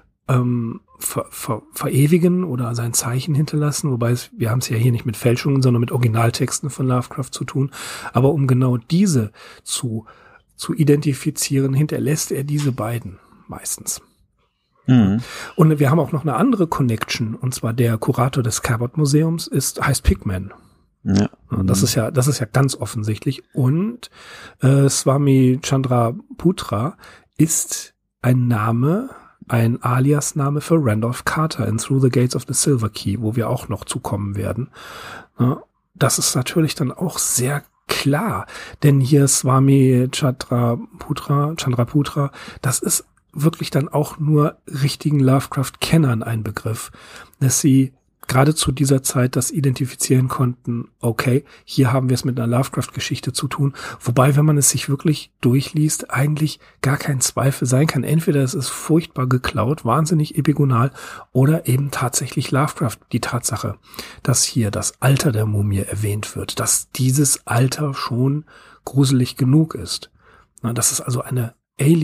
verewigen oder sein Zeichen hinterlassen, wobei wir haben es ja hier nicht mit Fälschungen, sondern mit Originaltexten von Lovecraft zu tun. Aber um genau diese zu identifizieren, hinterlässt er diese beiden meistens. Mhm. Und wir haben auch noch eine andere Connection, und zwar der Kurator des Cabot Museums heißt Pigman. Ja. Das ist ja ganz offensichtlich. Und Swami Chandraputra ist ein Alias-Name für Randolph Carter in Through the Gates of the Silver Key, wo wir auch noch zukommen werden. Das ist natürlich dann auch sehr klar, denn hier Swami Chandraputra, das ist wirklich dann auch nur richtigen Lovecraft-Kennern ein Begriff, dass sie gerade zu dieser Zeit das identifizieren konnten, okay, hier haben wir es mit einer Lovecraft-Geschichte zu tun, wobei, wenn man es sich wirklich durchliest, eigentlich gar kein Zweifel sein kann. Entweder es ist furchtbar geklaut, wahnsinnig epigonal, oder eben tatsächlich Lovecraft. Die Tatsache, dass hier das Alter der Mumie erwähnt wird, dass dieses Alter schon gruselig genug ist. Dass es also eine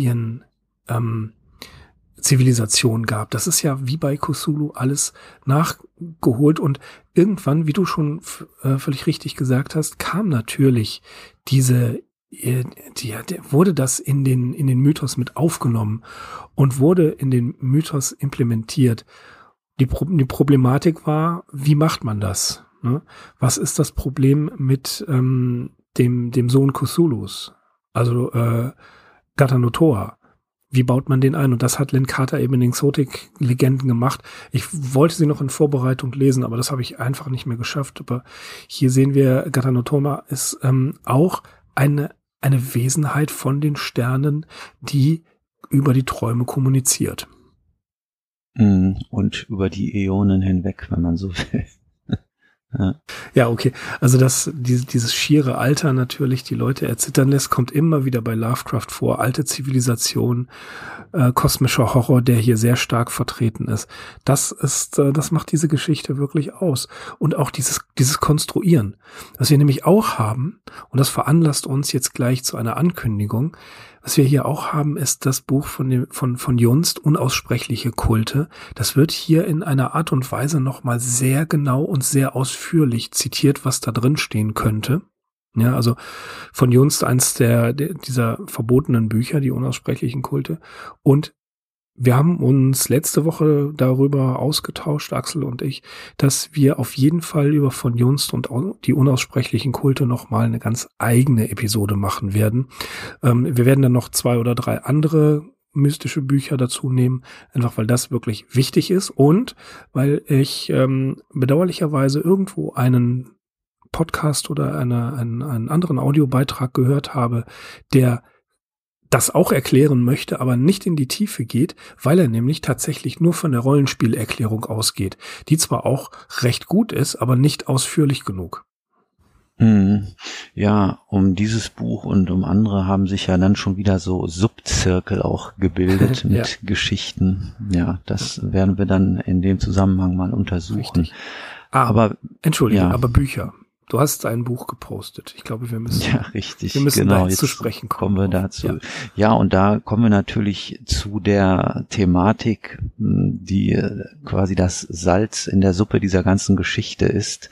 Zivilisation gab. Das ist ja wie bei Cthulhu alles nachgeholt, und irgendwann, wie du schon völlig richtig gesagt hast, kam natürlich wurde das in den Mythos mit aufgenommen und wurde in den Mythos implementiert. Die Problematik war, wie macht man das? Ne? Was ist das Problem mit dem Sohn Cthulhus? Also Gata-Notoa. Wie baut man den ein? Und das hat Lynn Carter eben in den Exotik-Legenden gemacht. Ich wollte sie noch in Vorbereitung lesen, aber das habe ich einfach nicht mehr geschafft. Aber hier sehen wir, Gata-Notoa ist auch eine Wesenheit von den Sternen, die über die Träume kommuniziert. Und über die Äonen hinweg, wenn man so will. Ja, okay. Also dieses schiere Alter natürlich die Leute erzittern lässt, kommt immer wieder bei Lovecraft vor. Alte Zivilisation, kosmischer Horror, der hier sehr stark vertreten ist. Das macht diese Geschichte wirklich aus. Und auch dieses Konstruieren. Was wir nämlich auch haben, und das veranlasst uns jetzt gleich zu einer Ankündigung, was wir hier auch haben, ist das Buch von Junst, Unaussprechliche Kulte. Das wird hier in einer Art und Weise nochmal sehr genau und sehr ausführlich zitiert, was da drin stehen könnte. Ja, also von Junst eins dieser verbotenen Bücher, die unaussprechlichen Kulte. Und wir haben uns letzte Woche darüber ausgetauscht, Axel und ich, dass wir auf jeden Fall über von Junst und die unaussprechlichen Kulte nochmal eine ganz eigene Episode machen werden. Wir werden dann noch 2 oder 3 andere mystische Bücher dazu nehmen, einfach weil das wirklich wichtig ist und weil ich bedauerlicherweise irgendwo einen Podcast oder einen anderen Audiobeitrag gehört habe, der das auch erklären möchte, aber nicht in die Tiefe geht, weil er nämlich tatsächlich nur von der Rollenspielerklärung ausgeht, die zwar auch recht gut ist, aber nicht ausführlich genug. Ja, um dieses Buch und um andere haben sich ja dann schon wieder so Subzirkel auch gebildet mit Geschichten. Ja, das werden wir dann in dem Zusammenhang mal untersuchen. Richtig. Aber Bücher. Du hast ein Buch gepostet. Ich glaube, wir müssen da jetzt zu sprechen kommen. Kommen wir dazu. Ja, und da kommen wir natürlich zu der Thematik, die quasi das Salz in der Suppe dieser ganzen Geschichte ist.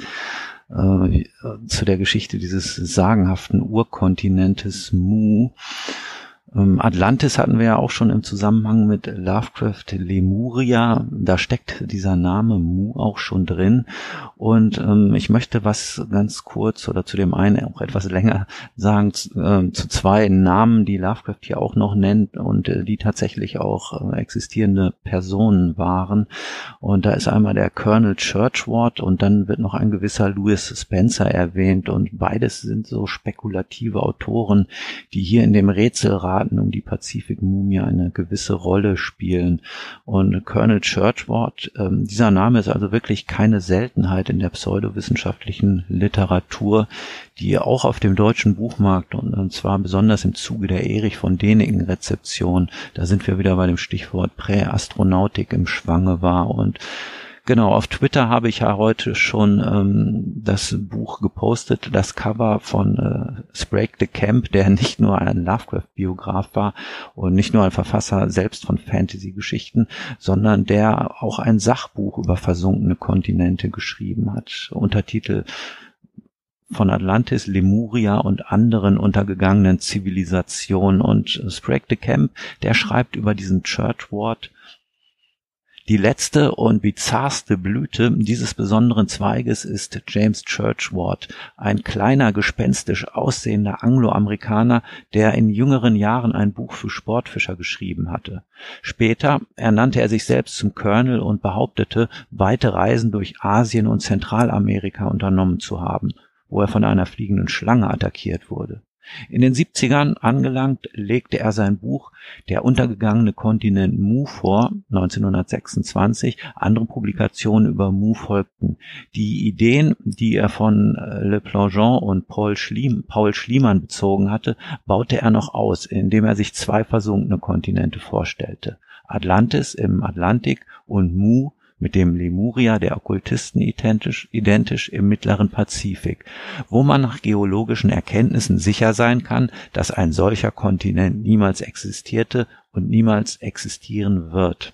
Zu der Geschichte dieses sagenhaften Urkontinentes Mu. Atlantis hatten wir ja auch schon im Zusammenhang mit Lovecraft Lemuria. Da steckt dieser Name Mu auch schon drin. Und ich möchte was ganz kurz oder zu dem einen auch etwas länger sagen, zu zwei Namen, die Lovecraft hier auch noch nennt und die tatsächlich auch existierende Personen waren. Und da ist einmal der Colonel Churchward und dann wird noch ein gewisser Louis Spencer erwähnt. Und beides sind so spekulative Autoren, die hier in dem Rätselraten um die Pazifik-Mumie eine gewisse Rolle spielen. Und Colonel Churchward, dieser Name ist also wirklich keine Seltenheit in der pseudowissenschaftlichen Literatur, die auch auf dem deutschen Buchmarkt und zwar besonders im Zuge der Erich von Däniken-Rezeption, da sind wir wieder bei dem Stichwort Präastronautik im Schwange war. Und genau, auf Twitter habe ich ja heute schon das Buch gepostet, das Cover von Sprague de Camp, der nicht nur ein Lovecraft-Biograf war und nicht nur ein Verfasser selbst von Fantasy-Geschichten, sondern der auch ein Sachbuch über versunkene Kontinente geschrieben hat. Untertitel von Atlantis, Lemuria und anderen untergegangenen Zivilisationen. Und Sprague de Camp, der schreibt über diesen Churchward: Die letzte und bizarrste Blüte dieses besonderen Zweiges ist James Churchward, ein kleiner, gespenstisch aussehender Angloamerikaner, der in jüngeren Jahren ein Buch für Sportfischer geschrieben hatte. Später ernannte er sich selbst zum Colonel und behauptete, weite Reisen durch Asien und Zentralamerika unternommen zu haben, wo er von einer fliegenden Schlange attackiert wurde. In den 70ern angelangt, legte er sein Buch Der untergegangene Kontinent Mu vor, 1926. Andere Publikationen über Mu folgten. Die Ideen, die er von Le Plongeon und Paul Schliemann bezogen hatte, baute er noch aus, indem er sich zwei versunkene Kontinente vorstellte: Atlantis im Atlantik und Mu mit dem Lemuria der Okkultisten identisch im mittleren Pazifik, wo man nach geologischen Erkenntnissen sicher sein kann, dass ein solcher Kontinent niemals existierte und niemals existieren wird.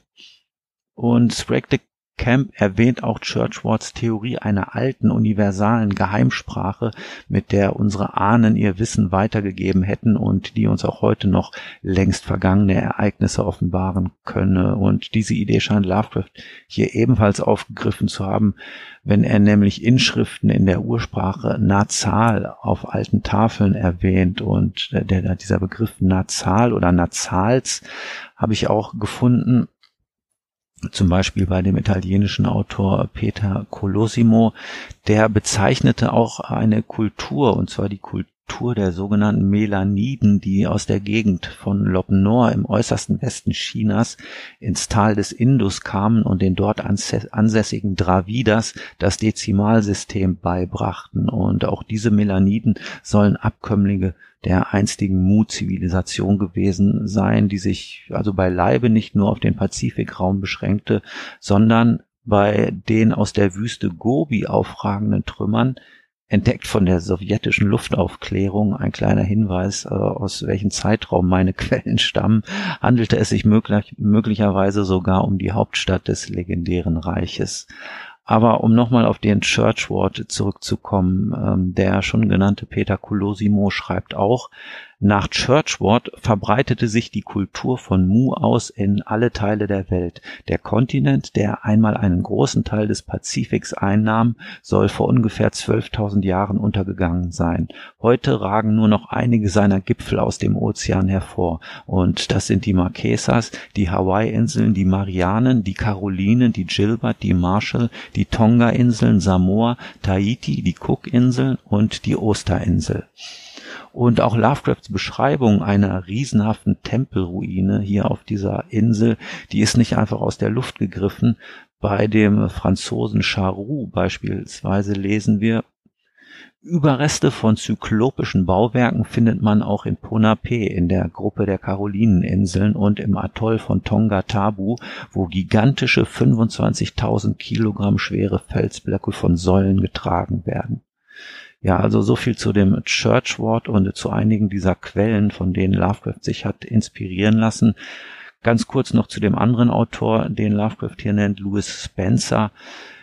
Und Sprague de Camp erwähnt auch Churchwards Theorie einer alten, universalen Geheimsprache, mit der unsere Ahnen ihr Wissen weitergegeben hätten und die uns auch heute noch längst vergangene Ereignisse offenbaren könne. Und diese Idee scheint Lovecraft hier ebenfalls aufgegriffen zu haben, wenn er nämlich Inschriften in der Ursprache Nazal auf alten Tafeln erwähnt. Und dieser Begriff Nazal oder Nazals habe ich auch gefunden, zum Beispiel bei dem italienischen Autor Peter Colosimo, der bezeichnete auch eine Kultur, und zwar die Kultur der sogenannten Melaniden, die aus der Gegend von Lop-Nor im äußersten Westen Chinas ins Tal des Indus kamen und den dort ansässigen Dravidas das Dezimalsystem beibrachten. Und auch diese Melaniden sollen Abkömmlinge der einstigen Mu-Zivilisation gewesen sein, die sich also beileibe nicht nur auf den Pazifikraum beschränkte, sondern bei den aus der Wüste Gobi aufragenden Trümmern, entdeckt von der sowjetischen Luftaufklärung, ein kleiner Hinweis, aus welchem Zeitraum meine Quellen stammen, handelte es sich möglicherweise sogar um die Hauptstadt des legendären Reiches. Aber um nochmal auf den Churchward zurückzukommen, der schon genannte Peter Colosimo schreibt auch: Nach Churchward verbreitete sich die Kultur von Mu aus in alle Teile der Welt. Der Kontinent, der einmal einen großen Teil des Pazifiks einnahm, soll vor ungefähr 12.000 Jahren untergegangen sein. Heute ragen nur noch einige seiner Gipfel aus dem Ozean hervor. Und das sind die Marquesas, die Hawaii-Inseln, die Marianen, die Karolinen, die Gilbert, die Marshall, die Tonga-Inseln, Samoa, Tahiti, die Cook-Inseln und die Osterinsel. Und auch Lovecrafts Beschreibung einer riesenhaften Tempelruine hier auf dieser Insel, die ist nicht einfach aus der Luft gegriffen. Bei dem Franzosen Charroux beispielsweise lesen wir: Überreste von zyklopischen Bauwerken findet man auch in Ponape, in der Gruppe der Karolineninseln und im Atoll von Tonga Tabu, wo gigantische 25.000 Kilogramm schwere Felsblöcke von Säulen getragen werden. Ja, also so viel zu dem Churchward und zu einigen dieser Quellen, von denen Lovecraft sich hat inspirieren lassen. Ganz kurz noch zu dem anderen Autor, den Lovecraft hier nennt, Louis Spencer.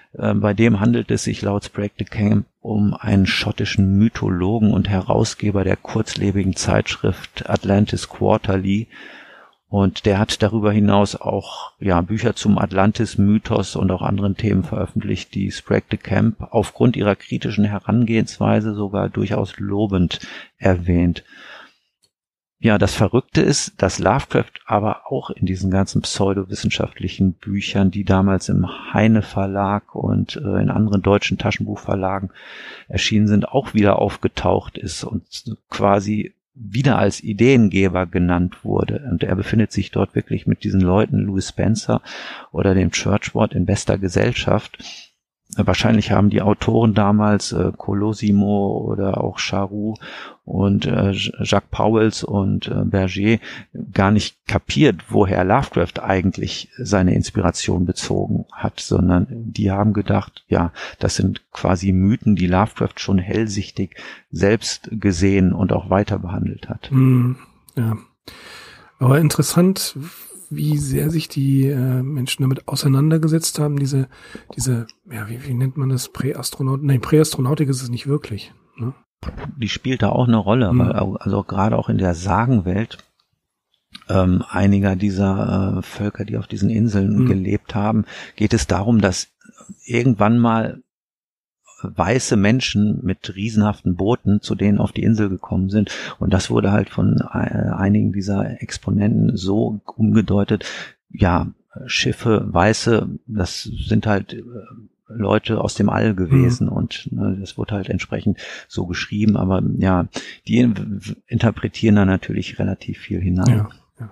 Bei dem handelt es sich laut Sprague de Camp um einen schottischen Mythologen und Herausgeber der kurzlebigen Zeitschrift Atlantis Quarterly. Und der hat darüber hinaus auch Bücher zum Atlantis-Mythos und auch anderen Themen veröffentlicht, die Sprague de Camp aufgrund ihrer kritischen Herangehensweise sogar durchaus lobend erwähnt. Ja, das Verrückte ist, dass Lovecraft aber auch in diesen ganzen pseudowissenschaftlichen Büchern, die damals im Heine Verlag und in anderen deutschen Taschenbuchverlagen erschienen sind, auch wieder aufgetaucht ist und quasi wieder als Ideengeber genannt wurde. Und er befindet sich dort wirklich mit diesen Leuten, Louis Spencer oder dem Churchward, in bester Gesellschaft. Wahrscheinlich haben die Autoren damals Colosimo oder auch Charroux und Jacques Pauwels und Berger gar nicht kapiert, woher Lovecraft eigentlich seine Inspiration bezogen hat, sondern die haben gedacht, das sind quasi Mythen, die Lovecraft schon hellsichtig selbst gesehen und auch weiter behandelt hat. Ja, aber interessant, wie sehr sich die Menschen damit auseinandergesetzt haben, diese wie nennt man das, Präastronautik ist es nicht wirklich, ne? Die spielt da auch eine Rolle, weil also gerade auch in der Sagenwelt einiger dieser Völker, die auf diesen Inseln gelebt haben, geht es darum, dass irgendwann mal weiße Menschen mit riesenhaften Booten zu denen auf die Insel gekommen sind. Und das wurde halt von einigen dieser Exponenten so umgedeutet, Schiffe, Weiße, das sind halt Leute aus dem All gewesen und das wurde halt entsprechend so geschrieben, aber die interpretieren da natürlich relativ viel hinein. Ja.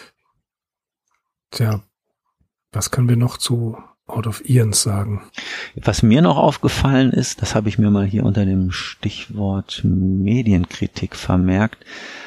Tja, was können wir noch zu Out of Eons sagen? Was mir noch aufgefallen ist, das habe ich mir mal hier unter dem Stichwort Medienkritik vermerkt.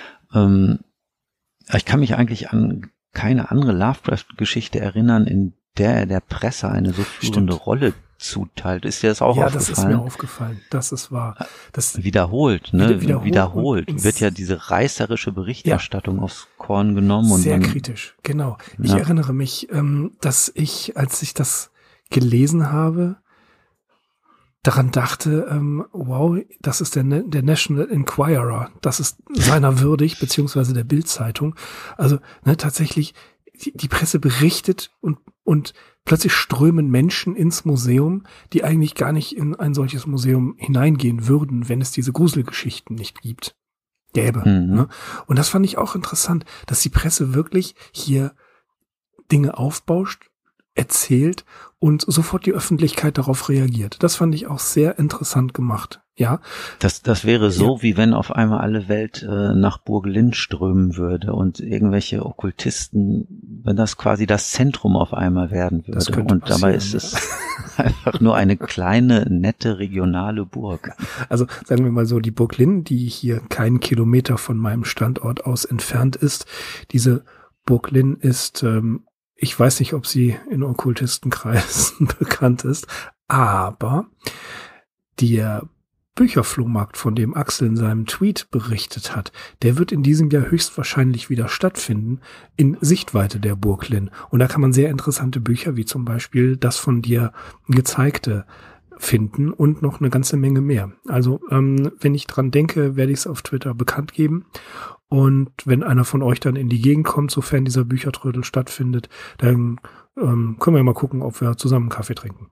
Ich kann mich eigentlich an keine andere Lovecraft-Geschichte erinnern, in der Presse eine so führende Rolle zuteilt. Ist dir das auch aufgefallen? Ja, das ist mir aufgefallen. Das ist wahr. Das wiederholt, ne? Wiederholt wird ja diese reißerische Berichterstattung aufs Korn genommen. Und sehr kritisch, genau. Ich erinnere mich, dass ich, als ich das gelesen habe, daran dachte, wow, das ist der National Enquirer. Das ist seiner würdig, beziehungsweise der Bild-Zeitung. Also tatsächlich, die Presse berichtet und plötzlich strömen Menschen ins Museum, die eigentlich gar nicht in ein solches Museum hineingehen würden, wenn es diese Gruselgeschichten nicht gäbe. Ne? Und das fand ich auch interessant, dass die Presse wirklich hier Dinge aufbauscht, erzählt und sofort die Öffentlichkeit darauf reagiert. Das fand ich auch sehr interessant gemacht. Ja. Das wäre so, wie wenn auf einmal alle Welt nach Burg Linn strömen würde und irgendwelche Okkultisten, wenn das quasi das Zentrum auf einmal werden würde. Und dabei ist es einfach nur eine kleine, nette, regionale Burg. Also sagen wir mal so, die Burg Linn, die hier keinen Kilometer von meinem Standort aus entfernt ist, diese Burg Linn ist, ich weiß nicht, ob sie in Okkultistenkreisen bekannt ist, aber der Bücherflohmarkt, von dem Axel in seinem Tweet berichtet hat, der wird in diesem Jahr höchstwahrscheinlich wieder stattfinden, in Sichtweite der Burg Linn. Und da kann man sehr interessante Bücher, wie zum Beispiel das von dir gezeigte, finden und noch eine ganze Menge mehr. Also wenn ich dran denke, werde ich es auf Twitter bekannt geben. Und wenn einer von euch dann in die Gegend kommt, sofern dieser Büchertrödel stattfindet, dann können wir mal gucken, ob wir zusammen Kaffee trinken.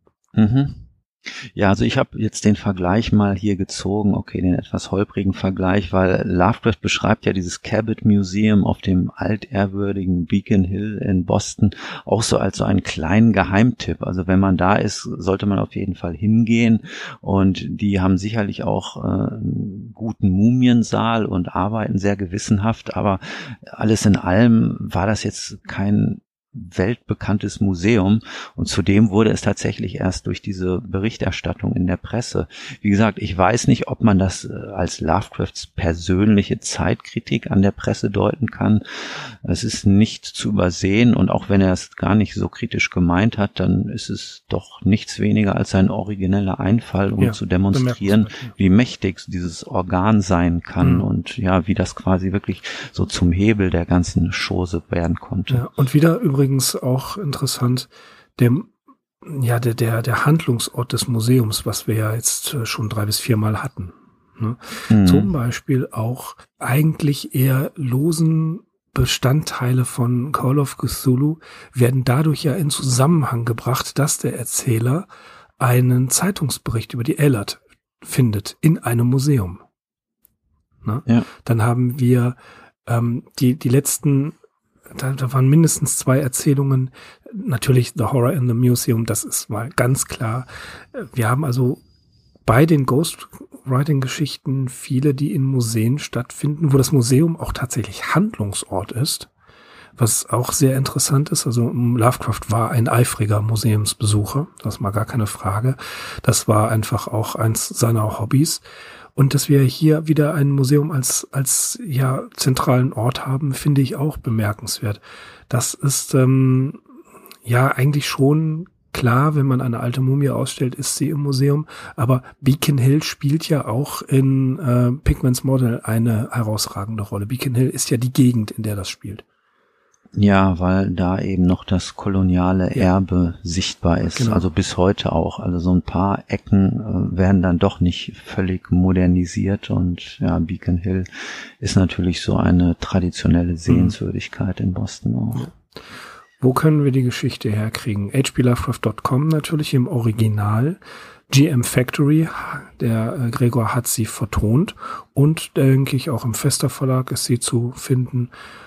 Ja, also ich habe jetzt den Vergleich mal hier gezogen, den etwas holprigen Vergleich, weil Lovecraft beschreibt ja dieses Cabot Museum auf dem altehrwürdigen Beacon Hill in Boston auch so als so einen kleinen Geheimtipp. Also wenn man da ist, sollte man auf jeden Fall hingehen, und die haben sicherlich auch einen guten Mumiensaal und arbeiten sehr gewissenhaft, aber alles in allem war das jetzt kein weltbekanntes Museum, und zudem wurde es tatsächlich erst durch diese Berichterstattung in der Presse. Wie gesagt, ich weiß nicht, ob man das als Lovecrafts persönliche Zeitkritik an der Presse deuten kann. Es ist nicht zu übersehen, und auch wenn er es gar nicht so kritisch gemeint hat, dann ist es doch nichts weniger als ein origineller Einfall, um zu demonstrieren, wie mächtig dieses Organ sein kann und wie das quasi wirklich so zum Hebel der ganzen Chose werden konnte. Ja, und wieder übrigens auch interessant, der der Handlungsort des Museums, was wir ja jetzt schon 3 bis 4 Mal hatten. Ne? Zum Beispiel auch eigentlich eher losen Bestandteile von Call of Cthulhu werden dadurch ja in Zusammenhang gebracht, dass der Erzähler einen Zeitungsbericht über die Eilert findet in einem Museum. Ne? Ja. Dann haben wir die letzten, da waren mindestens 2 Erzählungen, natürlich The Horror in the Museum, das ist mal ganz klar. Wir haben also bei den Ghostwriting-Geschichten viele, die in Museen stattfinden, wo das Museum auch tatsächlich Handlungsort ist, was auch sehr interessant ist. Also Lovecraft war ein eifriger Museumsbesucher, das ist mal gar keine Frage. Das war einfach auch eins seiner Hobbys. Und dass wir hier wieder ein Museum als zentralen Ort haben, finde ich auch bemerkenswert. Das ist eigentlich schon klar, wenn man eine alte Mumie ausstellt, ist sie im Museum. Aber Beacon Hill spielt ja auch in Pickmans Model eine herausragende Rolle. Beacon Hill ist ja die Gegend, in der das spielt. Ja, weil da eben noch das koloniale Erbe sichtbar ist, genau. Also bis heute auch. Also so ein paar Ecken werden dann doch nicht völlig modernisiert und ja, Beacon Hill ist natürlich so eine traditionelle Sehenswürdigkeit in Boston auch. Ja. Wo können wir die Geschichte herkriegen? hplovecraft.com natürlich im Original. GM Factory, der Gregor hat sie vertont und denke ich auch im Fester Verlag ist sie zu finden.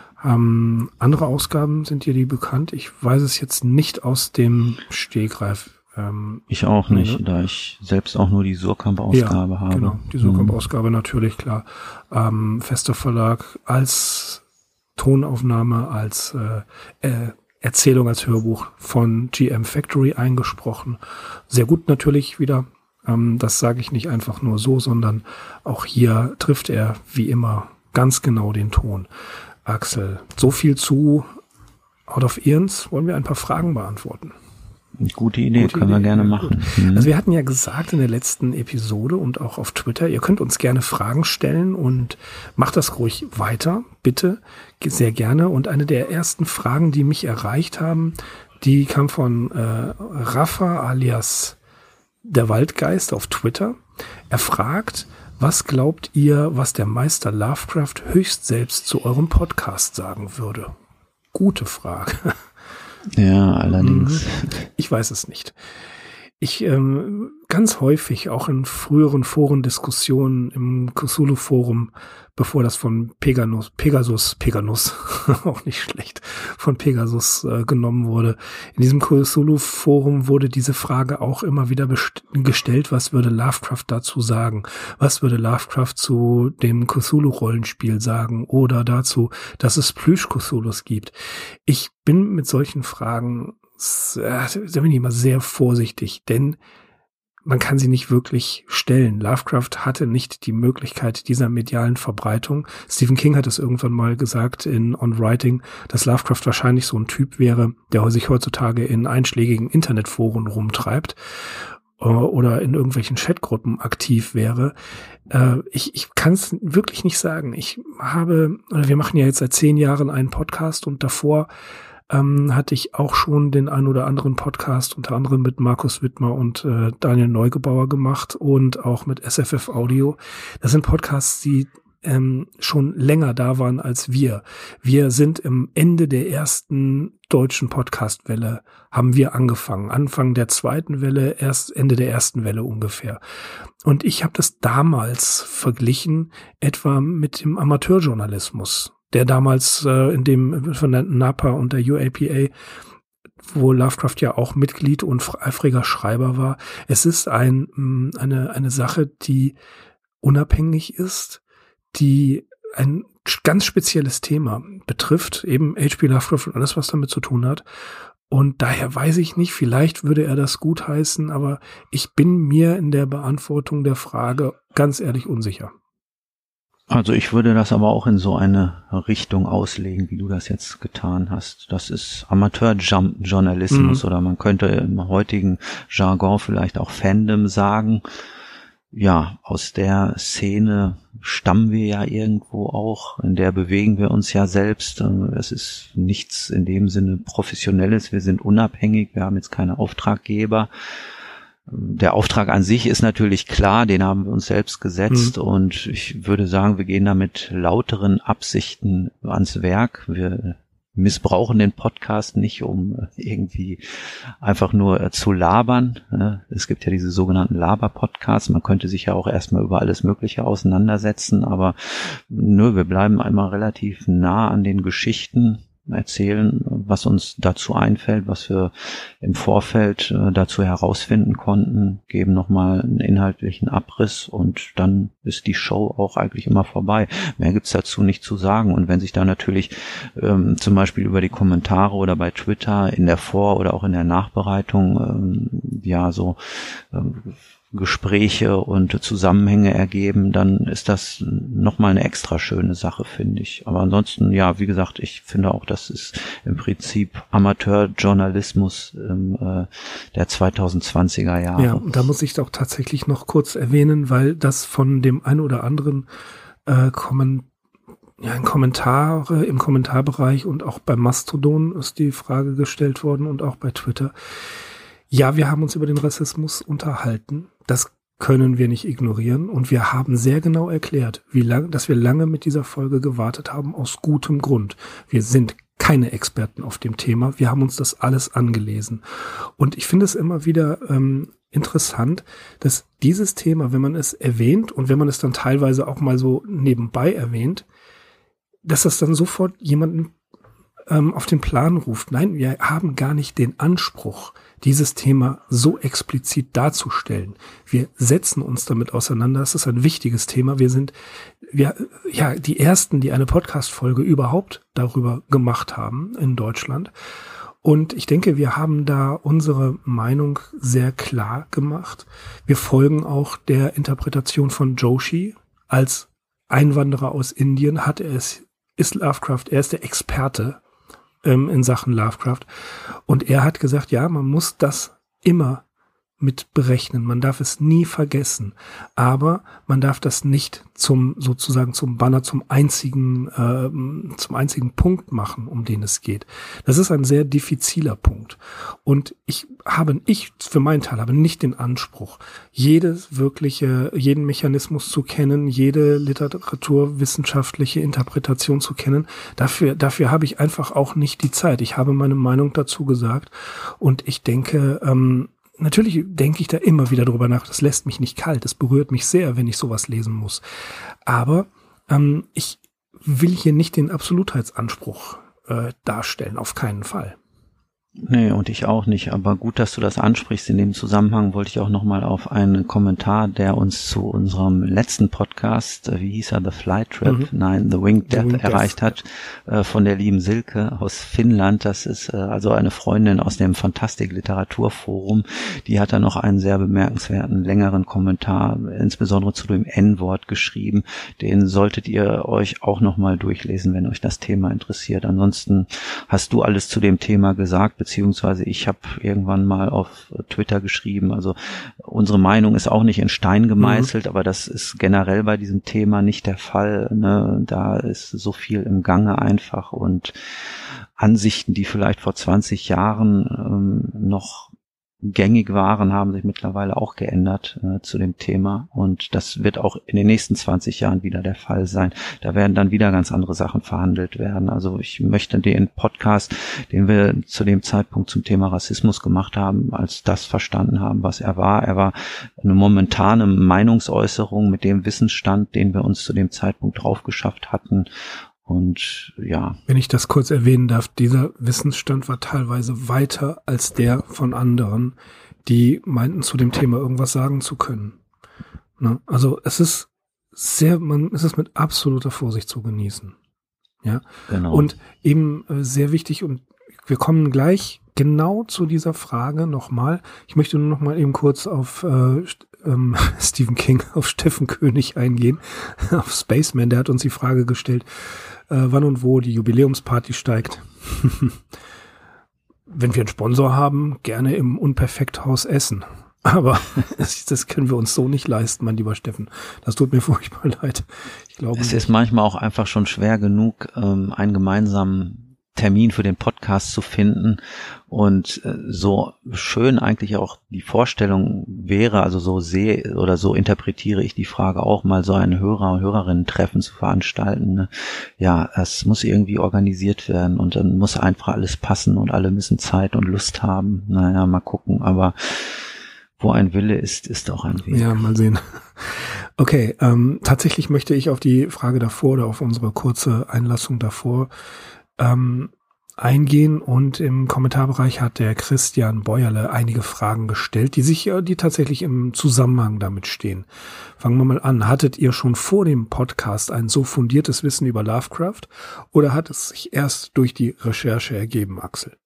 Andere Ausgaben sind dir die bekannt? Ich weiß es jetzt nicht aus dem Stegreif. Ich auch nicht, da ich selbst auch nur die Surkamp-Ausgabe habe. Genau, die Surkamp-Ausgabe natürlich, klar. Fester Verlag als Tonaufnahme, als Erzählung, als Hörbuch von GM Factory eingesprochen. Sehr gut natürlich wieder. Das sage ich nicht einfach nur so, sondern auch hier trifft er wie immer ganz genau den Ton. Axel, so viel zu Out of Eons. Wollen wir ein paar Fragen beantworten? Gute Idee, können wir gerne machen. Also wir hatten ja gesagt in der letzten Episode und auch auf Twitter, ihr könnt uns gerne Fragen stellen und macht das ruhig weiter, bitte, sehr gerne. Und eine der ersten Fragen, die mich erreicht haben, die kam von Rafa alias der Waldgeist auf Twitter. Er fragt, was glaubt ihr, was der Meister Lovecraft höchst selbst zu eurem Podcast sagen würde? Gute Frage. Ja, allerdings. Ich weiß es nicht. Ich ganz häufig, auch in früheren Forendiskussionen im Cthulhu-Forum, bevor das von Pegasus, auch nicht schlecht, von Pegasus genommen wurde. In diesem Cthulhu-Forum wurde diese Frage auch immer wieder gestellt, was würde Lovecraft dazu sagen? Was würde Lovecraft zu dem Cthulhu-Rollenspiel sagen? Oder dazu, dass es Plüsch-Cthulhus gibt? Ich bin mit solchen Fragen, da bin ich immer sehr vorsichtig, denn man kann sie nicht wirklich stellen. Lovecraft hatte nicht die Möglichkeit dieser medialen Verbreitung. Stephen King hat es irgendwann mal gesagt in On Writing, dass Lovecraft wahrscheinlich so ein Typ wäre, der sich heutzutage in einschlägigen Internetforen rumtreibt oder in irgendwelchen Chatgruppen aktiv wäre. Ich kann es wirklich nicht sagen. Wir machen ja jetzt seit 10 Jahren einen Podcast und davor hatte ich auch schon den ein oder anderen Podcast, unter anderem mit Markus Wittmer und Daniel Neugebauer gemacht und auch mit SFF Audio. Das sind Podcasts, die schon länger da waren als wir. Wir sind im Ende der ersten deutschen Podcast-Welle, haben wir angefangen. Anfang der zweiten Welle, erst Ende der ersten Welle ungefähr. Und ich habe das damals verglichen, etwa mit dem Amateurjournalismus, der damals von der NAPA und der UAPA, wo Lovecraft ja auch Mitglied und eifriger Schreiber war. Es ist eine Sache, die unabhängig ist, die ein ganz spezielles Thema betrifft, eben H.P. Lovecraft und alles, was damit zu tun hat. Und daher weiß ich nicht, vielleicht würde er das gutheißen, aber ich bin mir in der Beantwortung der Frage ganz ehrlich unsicher. Also ich würde das aber auch in so eine Richtung auslegen, wie du das jetzt getan hast. Das ist Amateurjournalismus oder man könnte im heutigen Jargon vielleicht auch Fandom sagen. ja, aus der Szene stammen wir ja irgendwo auch, in der bewegen wir uns ja selbst. Es ist nichts in dem Sinne Professionelles, wir sind unabhängig, wir haben jetzt keine Auftraggeber. Der Auftrag an sich ist natürlich klar, den haben wir uns selbst gesetzt und ich würde sagen, wir gehen da mit lauteren Absichten ans Werk. Wir missbrauchen den Podcast nicht, um irgendwie einfach nur zu labern. Es gibt ja diese sogenannten Laber-Podcasts. Man könnte sich ja auch erstmal über alles Mögliche auseinandersetzen, aber wir bleiben einmal relativ nah an den Geschichten, erzählen, was uns dazu einfällt, was wir im Vorfeld dazu herausfinden konnten, geben nochmal einen inhaltlichen Abriss und dann ist die Show auch eigentlich immer vorbei. Mehr gibt's dazu nicht zu sagen. Und wenn sich da natürlich zum Beispiel über die Kommentare oder bei Twitter in der Vor- oder auch in der Nachbereitung Gespräche und Zusammenhänge ergeben, dann ist das nochmal eine extra schöne Sache, finde ich. Aber ansonsten, ja, wie gesagt, ich finde auch, das ist im Prinzip Amateurjournalismus der 2020er Jahre. Ja, und da muss ich auch tatsächlich noch kurz erwähnen, weil das von dem einen oder anderen in Kommentare, im Kommentarbereich und auch bei Mastodon ist die Frage gestellt worden und auch bei Twitter. Ja, wir haben uns über den Rassismus unterhalten. Das können wir nicht ignorieren. Und wir haben sehr genau erklärt, dass wir lange mit dieser Folge gewartet haben, aus gutem Grund. Wir sind keine Experten auf dem Thema. Wir haben uns das alles angelesen. Und ich finde es immer wieder interessant, dass dieses Thema, wenn man es erwähnt und wenn man es dann teilweise auch mal so nebenbei erwähnt, dass das dann sofort jemanden auf den Plan ruft. Nein, wir haben gar nicht den Anspruch, dieses Thema so explizit darzustellen. Wir setzen uns damit auseinander. Es ist ein wichtiges Thema. Wir sind die Ersten, die eine Podcast-Folge überhaupt darüber gemacht haben in Deutschland. Und ich denke, wir haben da unsere Meinung sehr klar gemacht. Wir folgen auch der Interpretation von Joshi. Als Einwanderer aus Indien ist Lovecraft, er ist der Experte in Sachen Lovecraft. Und er hat gesagt, ja, man muss das immer mit berechnen. Man darf es nie vergessen. Aber man darf das nicht zum Banner, zum einzigen Punkt machen, um den es geht. Das ist ein sehr diffiziler Punkt. Und ich für meinen Teil habe nicht den Anspruch, jeden Mechanismus zu kennen, jede literaturwissenschaftliche Interpretation zu kennen. Dafür habe ich einfach auch nicht die Zeit. Ich habe meine Meinung dazu gesagt und ich denke, natürlich denke ich da immer wieder drüber nach. Das lässt mich nicht kalt. Das berührt mich sehr, wenn ich sowas lesen muss. Aber ich will hier nicht den Absolutheitsanspruch darstellen. Auf keinen Fall. Nee, und ich auch nicht. Aber gut, dass du das ansprichst. In dem Zusammenhang wollte ich auch nochmal auf einen Kommentar, der uns zu unserem letzten Podcast, wie hieß er, The Flight Trip, nein, The Winged Death erreicht hat, von der lieben Silke aus Finnland. Das ist also eine Freundin aus dem Fantastik Literaturforum. Die hat da noch einen sehr bemerkenswerten, längeren Kommentar, insbesondere zu dem N-Wort geschrieben. Den solltet ihr euch auch nochmal durchlesen, wenn euch das Thema interessiert. Ansonsten hast du alles zu dem Thema gesagt, beziehungsweise ich habe irgendwann mal auf Twitter geschrieben, also unsere Meinung ist auch nicht in Stein gemeißelt, aber das ist generell bei diesem Thema nicht der Fall, ne? Da ist so viel im Gange einfach und Ansichten, die vielleicht vor 20 Jahren noch gängig waren, haben sich mittlerweile auch geändert zu dem Thema und das wird auch in den nächsten 20 Jahren wieder der Fall sein. Da werden dann wieder ganz andere Sachen verhandelt werden. Also ich möchte den Podcast, den wir zu dem Zeitpunkt zum Thema Rassismus gemacht haben, als das verstanden haben, was er war. Er war eine momentane Meinungsäußerung mit dem Wissensstand, den wir uns zu dem Zeitpunkt drauf geschafft hatten. Und ja. Wenn ich das kurz erwähnen darf, dieser Wissensstand war teilweise weiter als der von anderen, die meinten, zu dem Thema irgendwas sagen zu können. Ne? Also es ist mit absoluter Vorsicht zu genießen. Ja. Genau. Und eben sehr wichtig, und wir kommen gleich genau zu dieser Frage nochmal. Ich möchte nur nochmal eben kurz auf Stephen King, auf Steffen König eingehen, auf Spaceman, der hat uns die Frage gestellt, wann und wo die Jubiläumsparty steigt. Wenn wir einen Sponsor haben, gerne im Unperfekthaus Essen. Aber das können wir uns so nicht leisten, mein lieber Steffen. Das tut mir furchtbar leid. Ich glaube, es ist manchmal auch einfach schon schwer genug, einen gemeinsamen Termin für den Podcast zu finden, und so schön eigentlich auch die Vorstellung wäre, also so sehe oder so interpretiere ich die Frage auch, mal so ein Hörer- und Hörerinnen-Treffen zu veranstalten. Ne? Ja, es muss irgendwie organisiert werden und dann muss einfach alles passen und alle müssen Zeit und Lust haben. Naja, mal gucken, aber wo ein Wille ist, ist auch ein Weg. Ja, mal sehen. Okay, tatsächlich möchte ich auf die Frage davor oder auf unsere kurze Einlassung davor eingehen, und im Kommentarbereich hat der Christian Bäuerle einige Fragen gestellt, die tatsächlich im Zusammenhang damit stehen. Fangen wir mal an. Hattet ihr schon vor dem Podcast ein so fundiertes Wissen über Lovecraft oder hat es sich erst durch die Recherche ergeben, Axel?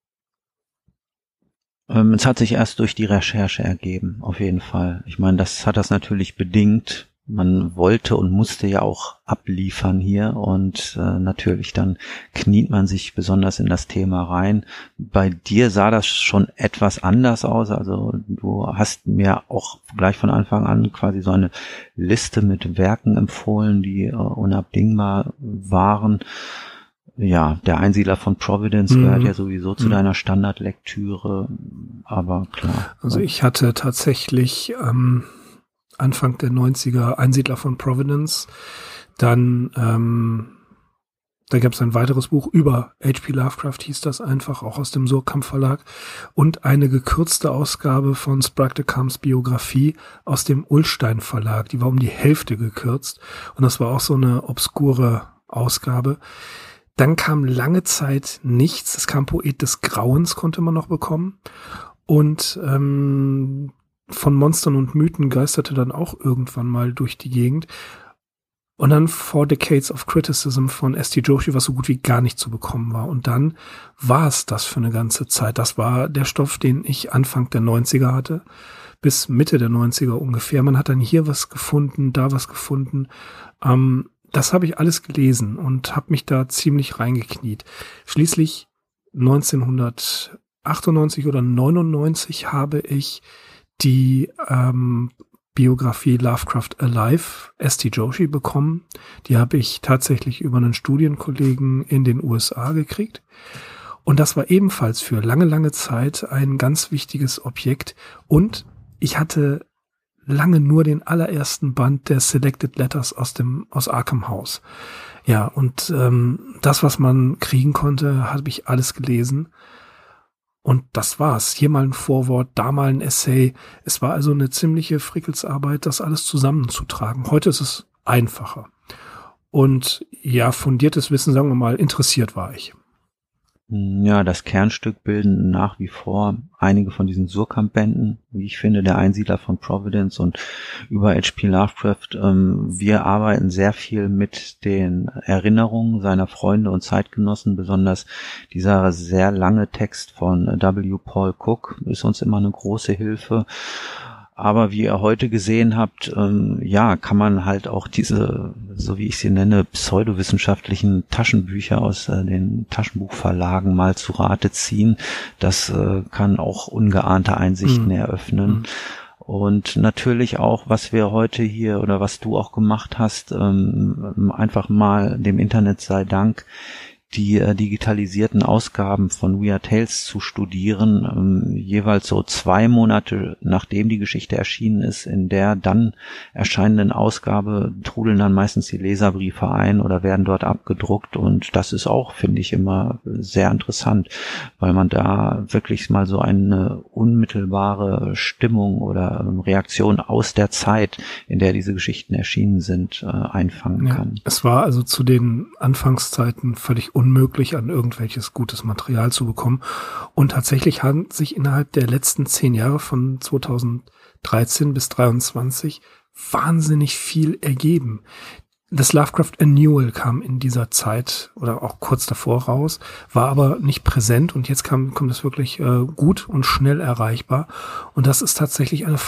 Es hat sich erst durch die Recherche ergeben, auf jeden Fall. Ich meine, das hat das natürlich bedingt. Man wollte und musste ja auch abliefern hier, und natürlich dann kniet man sich besonders in das Thema rein. Bei dir sah das schon etwas anders aus, also du hast mir auch gleich von Anfang an quasi so eine Liste mit Werken empfohlen, die unabdingbar waren. Ja, der Einsiedler von Providence gehört ja sowieso zu deiner Standardlektüre, aber klar. Also ich hatte tatsächlich Anfang der 90er Einsiedler von Providence, dann da gab es ein weiteres Buch über H.P. Lovecraft, hieß das einfach, auch aus dem Suhrkamp Verlag, und eine gekürzte Ausgabe von Sprague de Camps Biografie aus dem Ullstein Verlag, die war um die Hälfte gekürzt, und das war auch so eine obskure Ausgabe. Dann kam lange Zeit nichts, es kam Poet des Grauens, konnte man noch bekommen, und von Monstern und Mythen geisterte dann auch irgendwann mal durch die Gegend. Und dann 4 Decades of Criticism von S.T. Joshi, was so gut wie gar nicht zu bekommen war. Und dann war es das für eine ganze Zeit. Das war der Stoff, den ich Anfang der 90er hatte, bis Mitte der 90er ungefähr. Man hat dann hier was gefunden, da was gefunden. Das habe ich alles gelesen und habe mich da ziemlich reingekniet. Schließlich 1998 oder 99 habe ich die Biografie Lovecraft Alive, S.T. Joshi, bekommen. Die habe ich tatsächlich über einen Studienkollegen in den USA gekriegt. Und das war ebenfalls für lange, lange Zeit ein ganz wichtiges Objekt. Und ich hatte lange nur den allerersten Band der Selected Letters aus Arkham House. Ja, und das, was man kriegen konnte, habe ich alles gelesen. Und das war's. Hier mal ein Vorwort, da mal ein Essay. Es war also eine ziemliche Frickelsarbeit, das alles zusammenzutragen. Heute ist es einfacher. Und ja, fundiertes Wissen, sagen wir mal, interessiert war ich. Ja, das Kernstück bilden nach wie vor einige von diesen Suhrkamp-Bänden, wie ich finde, der Einsiedler von Providence und über H.P. Lovecraft. Wir arbeiten sehr viel mit den Erinnerungen seiner Freunde und Zeitgenossen, besonders dieser sehr lange Text von W. Paul Cook ist uns immer eine große Hilfe. Aber wie ihr heute gesehen habt, ja, kann man halt auch diese, so wie ich sie nenne, pseudowissenschaftlichen Taschenbücher aus den Taschenbuchverlagen mal zu Rate ziehen. Das kann auch ungeahnte Einsichten eröffnen. Und natürlich auch, was wir heute hier oder was du auch gemacht hast, einfach mal dem Internet sei Dank, die digitalisierten Ausgaben von Weird Tales zu studieren, jeweils so 2 Monate nachdem die Geschichte erschienen ist. In der dann erscheinenden Ausgabe trudeln dann meistens die Leserbriefe ein oder werden dort abgedruckt, und das ist auch, finde ich, immer sehr interessant, weil man da wirklich mal so eine unmittelbare Stimmung oder Reaktion aus der Zeit, in der diese Geschichten erschienen sind, einfangen kann. Es war also zu den Anfangszeiten völlig unmöglich, an irgendwelches gutes Material zu bekommen. Und tatsächlich hat sich innerhalb der letzten 10 Jahre von 2013 bis 2023 wahnsinnig viel ergeben. Das Lovecraft Annual kam in dieser Zeit oder auch kurz davor raus, war aber nicht präsent, und jetzt kommt es wirklich gut und schnell erreichbar. Und das ist tatsächlich eine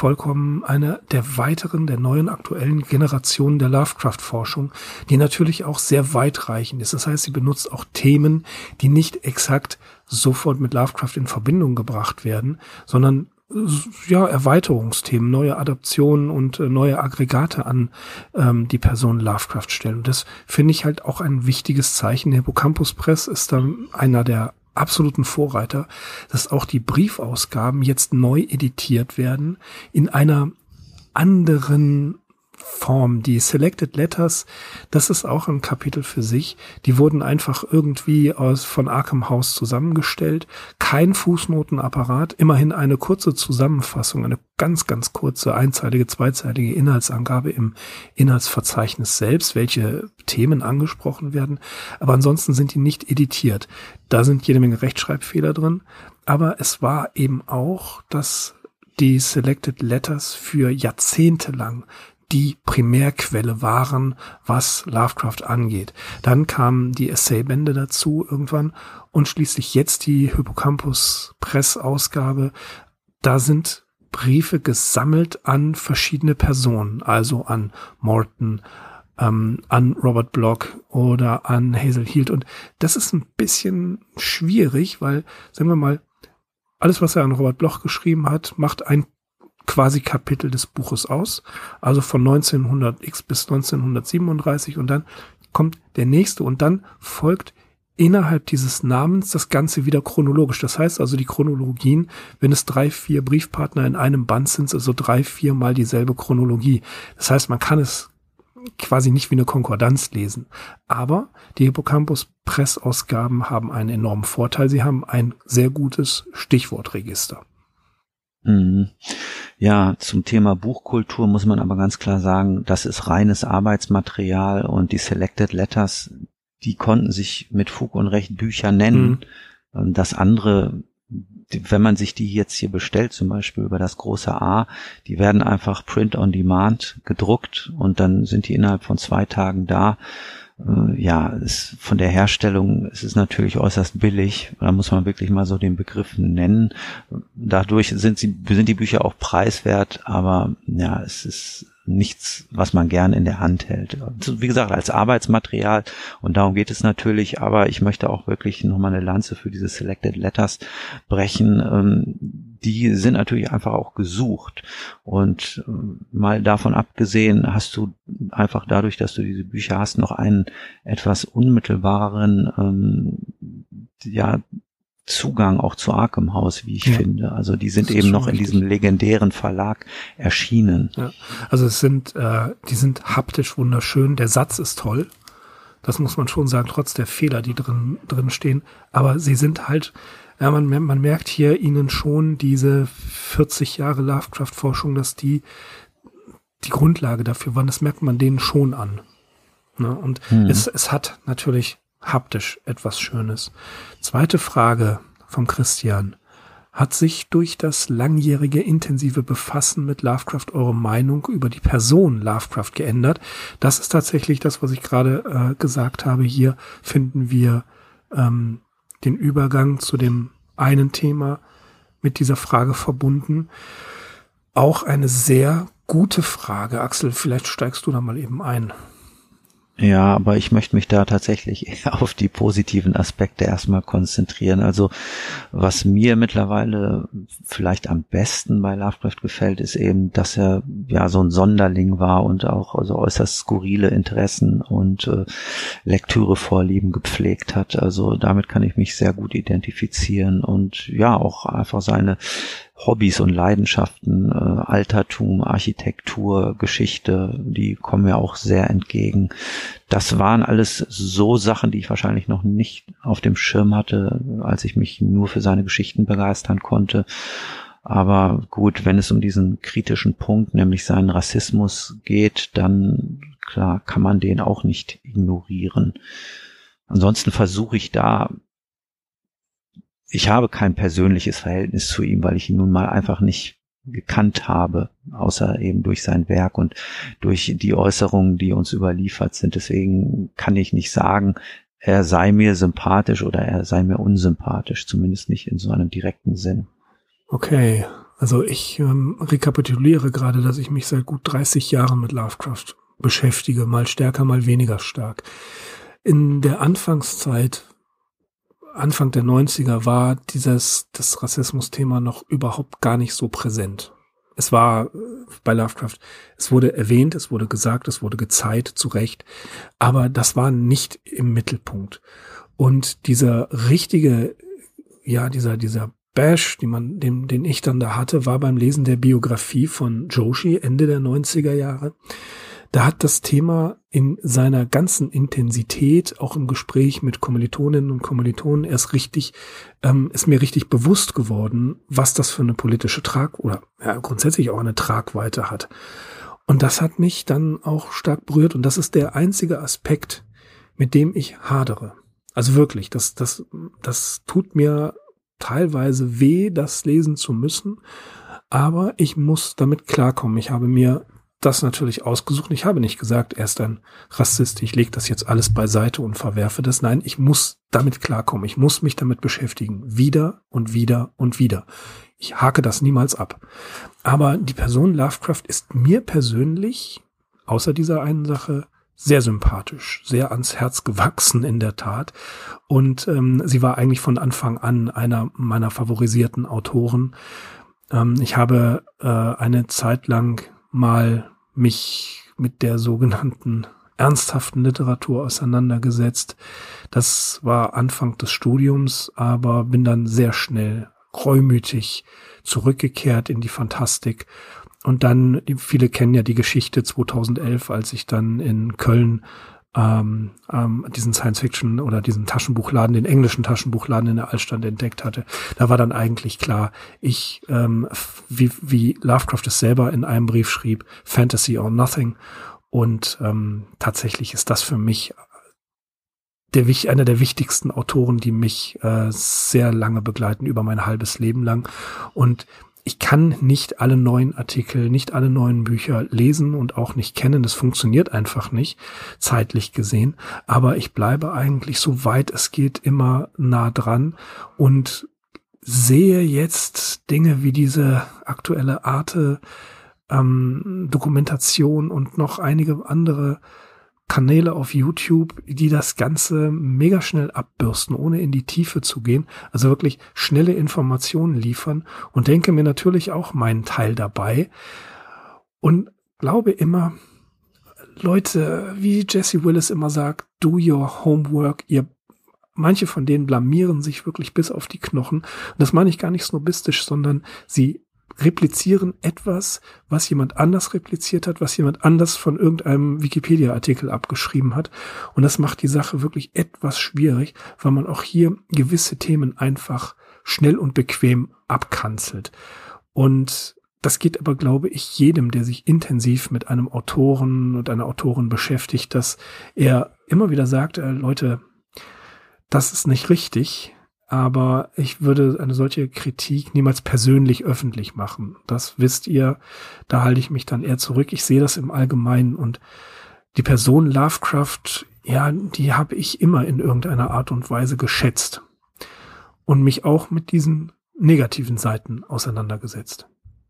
der neuen aktuellen Generationen der Lovecraft-Forschung, die natürlich auch sehr weitreichend ist. Das heißt, sie benutzt auch Themen, die nicht exakt sofort mit Lovecraft in Verbindung gebracht werden, sondern Erweiterungsthemen, neue Adaptionen und neue Aggregate an die Person Lovecraft stellen. Und das finde ich halt auch ein wichtiges Zeichen. Der Hippocampus Press ist da einer der absoluten Vorreiter, dass auch die Briefausgaben jetzt neu editiert werden in einer anderen Form. Die Selected Letters, das ist auch ein Kapitel für sich. Die wurden einfach irgendwie von Arkham House zusammengestellt. Kein Fußnotenapparat, immerhin eine kurze Zusammenfassung, eine ganz, ganz kurze, einzeilige, zweizeilige Inhaltsangabe im Inhaltsverzeichnis selbst, welche Themen angesprochen werden. Aber ansonsten sind die nicht editiert. Da sind jede Menge Rechtschreibfehler drin. Aber es war eben auch, dass die Selected Letters für Jahrzehnte lang die Primärquelle waren, was Lovecraft angeht. Dann kamen die Essaybände dazu irgendwann und schließlich jetzt die Hippocampus Press-Ausgabe. Da sind Briefe gesammelt an verschiedene Personen, also an Morton, an Robert Bloch oder an Hazel Heald. Und das ist ein bisschen schwierig, weil, sagen wir mal, alles, was er an Robert Bloch geschrieben hat, macht ein quasi Kapitel des Buches aus, also von 1900x bis 1937 und dann kommt der nächste und dann folgt innerhalb dieses Namens das Ganze wieder chronologisch. Das heißt also die Chronologien, wenn es 3-4 Briefpartner in einem Band sind, also 3-4 mal dieselbe Chronologie. Das heißt, man kann es quasi nicht wie eine Konkordanz lesen. Aber die Hippocampus Press-Ausgaben haben einen enormen Vorteil. Sie haben ein sehr gutes Stichwortregister. Ja, zum Thema Buchkultur muss man aber ganz klar sagen, das ist reines Arbeitsmaterial und die Selected Letters, die konnten sich mit Fug und Recht Bücher nennen. Das andere, wenn man sich die jetzt hier bestellt, zum Beispiel über das große A, die werden einfach Print on Demand gedruckt und dann sind die innerhalb von 2 Tagen da. Ja, von der Herstellung ist es natürlich äußerst billig. Da muss man wirklich mal so den Begriff nennen. Dadurch sind die Bücher auch preiswert, aber ja, es ist nichts, was man gern in der Hand hält. Wie gesagt, als Arbeitsmaterial und darum geht es natürlich, aber ich möchte auch wirklich nochmal eine Lanze für diese Selected Letters brechen. Die sind natürlich einfach auch gesucht und mal davon abgesehen hast du einfach dadurch, dass du diese Bücher hast, noch einen etwas unmittelbareren Zugang auch zu Arkham House, wie ich finde. Also die sind eben noch in diesem legendären Verlag erschienen. Ja. Also die sind haptisch wunderschön. Der Satz ist toll. Das muss man schon sagen, trotz der Fehler, die drin stehen. Aber sie sind halt, ja, man merkt hier ihnen schon diese 40 Jahre Lovecraft-Forschung, dass die Grundlage dafür waren. Das merkt man denen schon an. Ne? Und es hat natürlich haptisch etwas Schönes. Zweite Frage vom Christian. Hat sich durch das langjährige intensive Befassen mit Lovecraft eure Meinung über die Person Lovecraft geändert? Das ist tatsächlich das, was ich gerade gesagt habe. Hier finden wir den Übergang zu dem einen Thema mit dieser Frage verbunden. Auch eine sehr gute Frage. Axel, vielleicht steigst du da mal eben ein. Ja, aber ich möchte mich da tatsächlich eher auf die positiven Aspekte erstmal konzentrieren. Also was mir mittlerweile vielleicht am besten bei Lovecraft gefällt, ist eben, dass er ja so ein Sonderling war und auch also äußerst skurrile Interessen und Lektürevorlieben gepflegt hat. Also damit kann ich mich sehr gut identifizieren und ja, auch einfach seine Hobbys und Leidenschaften, Altertum, Architektur, Geschichte, die kommen mir auch sehr entgegen. Das waren alles so Sachen, die ich wahrscheinlich noch nicht auf dem Schirm hatte, als ich mich nur für seine Geschichten begeistern konnte. Aber gut, wenn es um diesen kritischen Punkt, nämlich seinen Rassismus geht, dann klar kann man den auch nicht ignorieren. Ansonsten versuche ich habe kein persönliches Verhältnis zu ihm, weil ich ihn nun mal einfach nicht gekannt habe, außer eben durch sein Werk und durch die Äußerungen, die uns überliefert sind. Deswegen kann ich nicht sagen, er sei mir sympathisch oder er sei mir unsympathisch, zumindest nicht in so einem direkten Sinn. Okay, also ich rekapituliere gerade, dass ich mich seit gut 30 Jahren mit Lovecraft beschäftige, mal stärker, mal weniger stark. In der Anfangszeit Anfang der 90er war das Rassismus-Thema noch überhaupt gar nicht so präsent. Es war bei Lovecraft, es wurde erwähnt, es wurde gesagt, es wurde gezeigt, zu Recht, aber das war nicht im Mittelpunkt. Und dieser richtige, dieser Bash, den ich dann da hatte, war beim Lesen der Biografie von Joshi Ende der 90er Jahre. Da hat das Thema in seiner ganzen Intensität, auch im Gespräch mit Kommilitoninnen und Kommilitonen, ist mir richtig bewusst geworden, was das für eine politische grundsätzlich auch eine Tragweite hat. Und das hat mich dann auch stark berührt. Und das ist der einzige Aspekt, mit dem ich hadere. Also wirklich, das tut mir teilweise weh, das lesen zu müssen. Aber ich muss damit klarkommen. Ich habe mir das natürlich ausgesucht. Ich habe nicht gesagt, er ist ein Rassist, ich lege das jetzt alles beiseite und verwerfe das. Nein, ich muss damit klarkommen. Ich muss mich damit beschäftigen. Wieder und wieder und wieder. Ich hake das niemals ab. Aber die Person Lovecraft ist mir persönlich, außer dieser einen Sache, sehr sympathisch, sehr ans Herz gewachsen in der Tat. Und sie war eigentlich von Anfang an einer meiner favorisierten Autoren. Ich habe eine Zeit lang mal mich mit der sogenannten ernsthaften Literatur auseinandergesetzt. Das war Anfang des Studiums, aber bin dann sehr schnell reumütig zurückgekehrt in die Fantastik. Und dann, viele kennen ja die Geschichte 2011, als ich dann in Köln diesen Science-Fiction oder diesen Taschenbuchladen, den englischen Taschenbuchladen in der Altstadt entdeckt hatte. Da war dann eigentlich klar, wie Lovecraft es selber in einem Brief schrieb, Fantasy or Nothing. Und tatsächlich ist das für mich einer der wichtigsten Autoren, die mich sehr lange begleiten, über mein halbes Leben lang. Und ich kann nicht alle neuen Artikel, nicht alle neuen Bücher lesen und auch nicht kennen. Das funktioniert einfach nicht, zeitlich gesehen. Aber ich bleibe eigentlich, soweit es geht, immer nah dran und sehe jetzt Dinge wie diese aktuelle Arte-Dokumentation und noch einige andere Kanäle auf YouTube, die das Ganze mega schnell abbürsten, ohne in die Tiefe zu gehen, also wirklich schnelle Informationen liefern, und denke mir natürlich auch meinen Teil dabei und glaube immer, Leute, wie Jesse Willis immer sagt, do your homework. Manche von denen blamieren sich wirklich bis auf die Knochen. Und das meine ich gar nicht snobistisch, sondern sie replizieren etwas, was jemand anders repliziert hat, was jemand anders von irgendeinem Wikipedia-Artikel abgeschrieben hat. Und das macht die Sache wirklich etwas schwierig, weil man auch hier gewisse Themen einfach schnell und bequem abkanzelt. Und das geht aber, glaube ich, jedem, der sich intensiv mit einem Autoren und einer Autorin beschäftigt, dass er immer wieder sagt, Leute, das ist nicht richtig. Aber ich würde eine solche Kritik niemals persönlich öffentlich machen. Das wisst ihr, da halte ich mich dann eher zurück. Ich sehe das im Allgemeinen, und die Person Lovecraft, ja, die habe ich immer in irgendeiner Art und Weise geschätzt und mich auch mit diesen negativen Seiten auseinandergesetzt.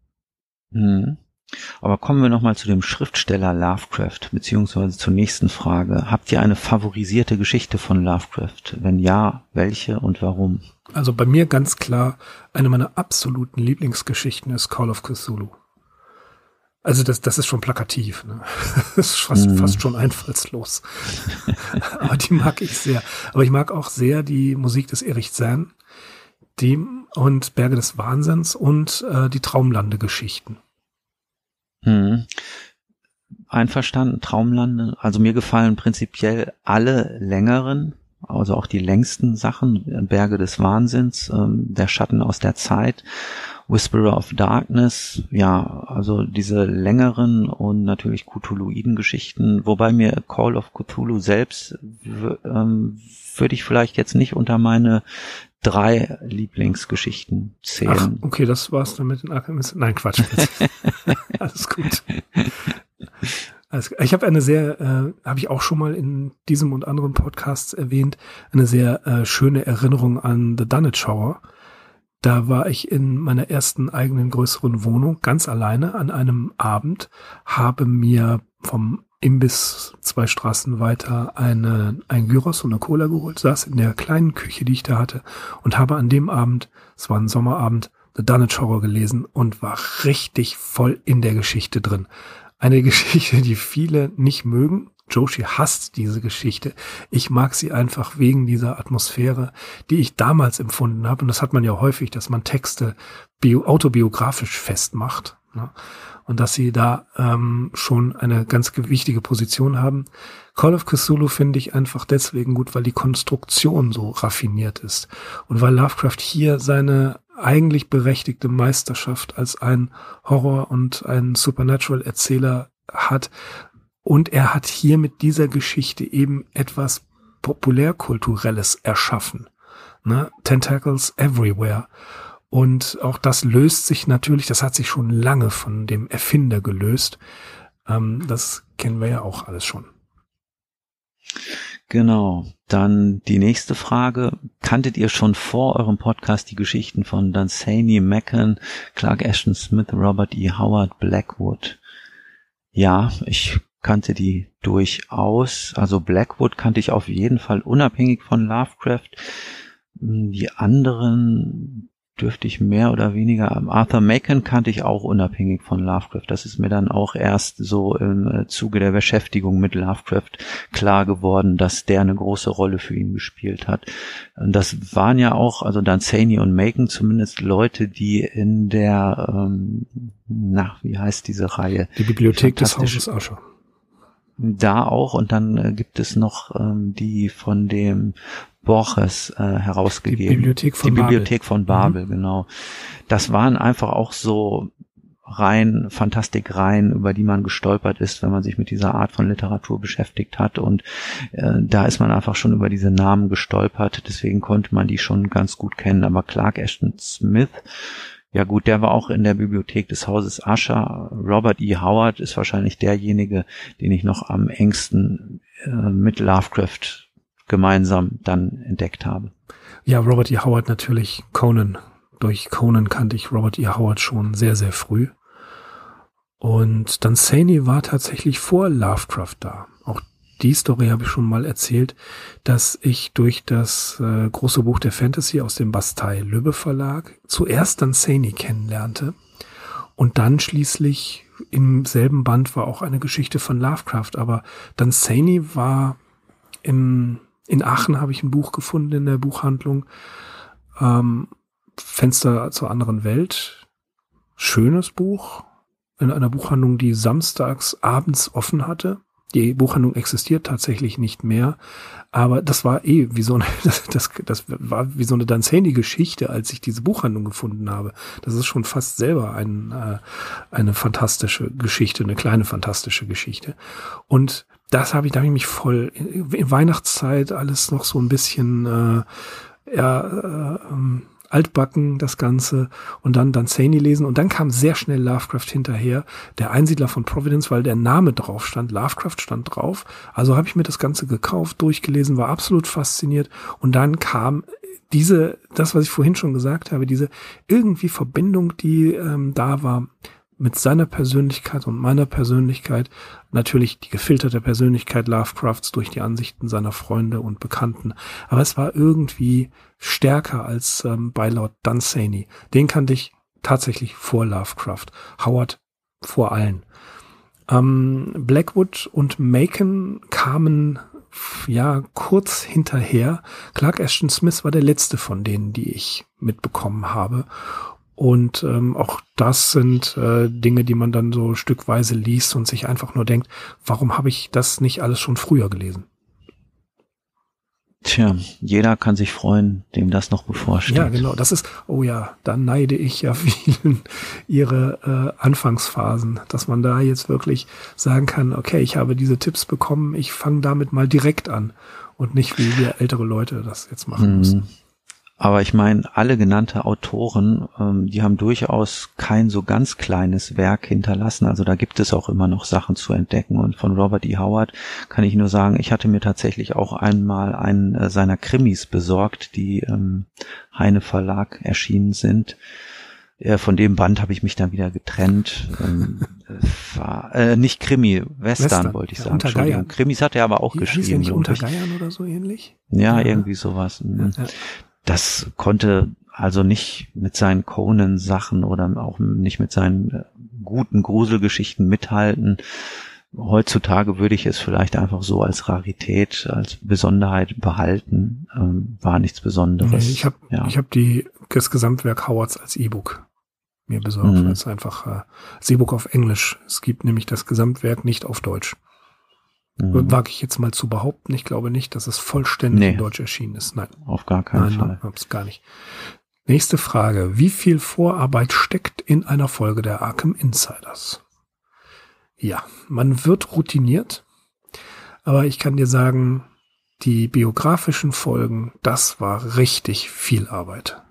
Aber kommen wir nochmal zu dem Schriftsteller Lovecraft, beziehungsweise zur nächsten Frage. Habt ihr eine favorisierte Geschichte von Lovecraft? Wenn ja, welche und warum? Also bei mir ganz klar, eine meiner absoluten Lieblingsgeschichten ist Call of Cthulhu. Also das ist schon plakativ, ne? Das ist fast schon einfallslos. Aber die mag ich sehr. Aber ich mag auch sehr die Musik des Erich Zann, und Berge des Wahnsinns und die Traumlande-Geschichten. Einverstanden, Traumlande. Also mir gefallen prinzipiell alle längeren, also auch die längsten Sachen, Berge des Wahnsinns, Der Schatten aus der Zeit, Whisperer of Darkness, ja, also diese längeren und natürlich Cthulhuiden-Geschichten, wobei mir Call of Cthulhu selbst würde ich vielleicht jetzt nicht unter meine 3 Lieblingsgeschichten zählen. Ach, okay, das war's dann mit den Alchemisten. Nein, Quatsch. Alles gut. Ich habe habe ich auch schon mal in diesem und anderen Podcasts erwähnt, eine sehr schöne Erinnerung an The Dunwich Shower. Da war ich in meiner ersten eigenen größeren Wohnung ganz alleine an einem Abend, habe mir vom Imbiss 2 Straßen weiter ein Gyros und eine Cola geholt, saß in der kleinen Küche, die ich da hatte, und habe an dem Abend, es war ein Sommerabend, The Dunwich Horror gelesen und war richtig voll in der Geschichte drin. Eine Geschichte, die viele nicht mögen. Joshi hasst diese Geschichte. Ich mag sie einfach wegen dieser Atmosphäre, die ich damals empfunden habe. Und das hat man ja häufig, dass man Texte autobiografisch festmacht, ne? Und dass sie da schon eine ganz wichtige Position haben. Call of Cthulhu finde ich einfach deswegen gut, weil die Konstruktion so raffiniert ist. Und weil Lovecraft hier seine eigentlich berechtigte Meisterschaft als ein Horror- und ein Supernatural-Erzähler hat. Und er hat hier mit dieser Geschichte eben etwas Populärkulturelles erschaffen, ne? Tentacles everywhere. Und auch das löst sich natürlich, das hat sich schon lange von dem Erfinder gelöst. Das kennen wir ja auch alles schon. Genau. Dann die nächste Frage. Kanntet ihr schon vor eurem Podcast die Geschichten von Dunsany, Machen, Clark Ashton Smith, Robert E. Howard, Blackwood? Ja, ich kannte die durchaus. Also Blackwood kannte ich auf jeden Fall unabhängig von Lovecraft. Die anderen dürfte ich mehr oder weniger, Arthur Machen kannte ich auch unabhängig von Lovecraft. Das ist mir dann auch erst so im Zuge der Beschäftigung mit Lovecraft klar geworden, dass der eine große Rolle für ihn gespielt hat. Und das waren ja auch, also Dunsany und Machen zumindest Leute, die in der, wie heißt diese Reihe? Die Bibliothek des Hauses Usher. Da auch, und dann gibt es noch die von dem Borges herausgegeben. Die Bibliothek von Babel, genau. Das waren einfach auch so Fantastikreihen, über die man gestolpert ist, wenn man sich mit dieser Art von Literatur beschäftigt hat, und da ist man einfach schon über diese Namen gestolpert, deswegen konnte man die schon ganz gut kennen. Aber Clark Ashton Smith, ja gut, der war auch in der Bibliothek des Hauses Usher. Robert E. Howard ist wahrscheinlich derjenige, den ich noch am engsten mit Lovecraft gemeinsam dann entdeckt habe. Ja, Robert E. Howard natürlich, Conan. Durch Conan kannte ich Robert E. Howard schon sehr, sehr früh. Und Dunsany war tatsächlich vor Lovecraft da. Auch die Story habe ich schon mal erzählt, dass ich durch das große Buch der Fantasy aus dem Bastei-Lübbe Verlag zuerst Dunsany kennenlernte und dann schließlich im selben Band war auch eine Geschichte von Lovecraft. Aber Dunsany war in Aachen, habe ich ein Buch gefunden in der Buchhandlung, Fenster zur anderen Welt, schönes Buch, in einer Buchhandlung, die samstags abends offen hatte. Die Buchhandlung existiert tatsächlich nicht mehr, aber das war wie so eine, das war wie so eine Dunsany-Geschichte, als ich diese Buchhandlung gefunden habe. Das ist schon fast selber eine fantastische Geschichte, eine kleine fantastische Geschichte. Und da habe ich mich voll in Weihnachtszeit alles noch so ein bisschen altbacken, das Ganze, und dann Dunsany lesen, und dann kam sehr schnell Lovecraft hinterher, der Einsiedler von Providence, weil der Name drauf stand, Lovecraft stand drauf, also habe ich mir das Ganze gekauft, durchgelesen, war absolut fasziniert, und dann kam das, was ich vorhin schon gesagt habe, diese irgendwie Verbindung, die da war, mit seiner Persönlichkeit und meiner Persönlichkeit, natürlich die gefilterte Persönlichkeit Lovecrafts durch die Ansichten seiner Freunde und Bekannten. Aber es war irgendwie stärker als bei Lord Dunsany. Den kannte ich tatsächlich vor Lovecraft. Howard vor allen. Blackwood und Machen kamen kurz hinterher. Clark Ashton Smith war der letzte von denen, die ich mitbekommen habe. Und auch das sind Dinge, die man dann so stückweise liest und sich einfach nur denkt, warum habe ich das nicht alles schon früher gelesen? Tja, jeder kann sich freuen, dem das noch bevorsteht. Ja, genau. Das ist, da neide ich ja vielen ihre Anfangsphasen, dass man da jetzt wirklich sagen kann, okay, ich habe diese Tipps bekommen, ich fange damit mal direkt an und nicht wie wir ältere Leute das jetzt machen müssen. Aber ich meine, alle genannte Autoren, die haben durchaus kein so ganz kleines Werk hinterlassen. Also da gibt es auch immer noch Sachen zu entdecken. Und von Robert E. Howard kann ich nur sagen, ich hatte mir tatsächlich auch einmal einen seiner Krimis besorgt, die im Heine Verlag erschienen sind. Von dem Band habe ich mich dann wieder getrennt. War nicht Krimi, Western wollte ich sagen. Entschuldigung. Krimis hat er aber auch geschrieben. Hieß nicht Unter Geiern oder so ähnlich? Ja, irgendwie sowas. Ja. Das konnte also nicht mit seinen Conan-Sachen oder auch nicht mit seinen guten Gruselgeschichten mithalten. Heutzutage würde ich es vielleicht einfach so als Rarität, als Besonderheit behalten. War nichts Besonderes. Nee, ich hab das Gesamtwerk Howards als E-Book mir besorgt. Das ist einfach das E-Book auf Englisch. Es gibt nämlich das Gesamtwerk nicht auf Deutsch. Wage ich jetzt mal zu behaupten. Ich glaube nicht, dass es vollständig in Deutsch erschienen ist. Nein. Auf gar keinen Fall. Nein, gar nicht. Nächste Frage. Wie viel Vorarbeit steckt in einer Folge der Arkham Insiders? Ja, man wird routiniert, aber ich kann dir sagen, die biografischen Folgen, das war richtig viel Arbeit.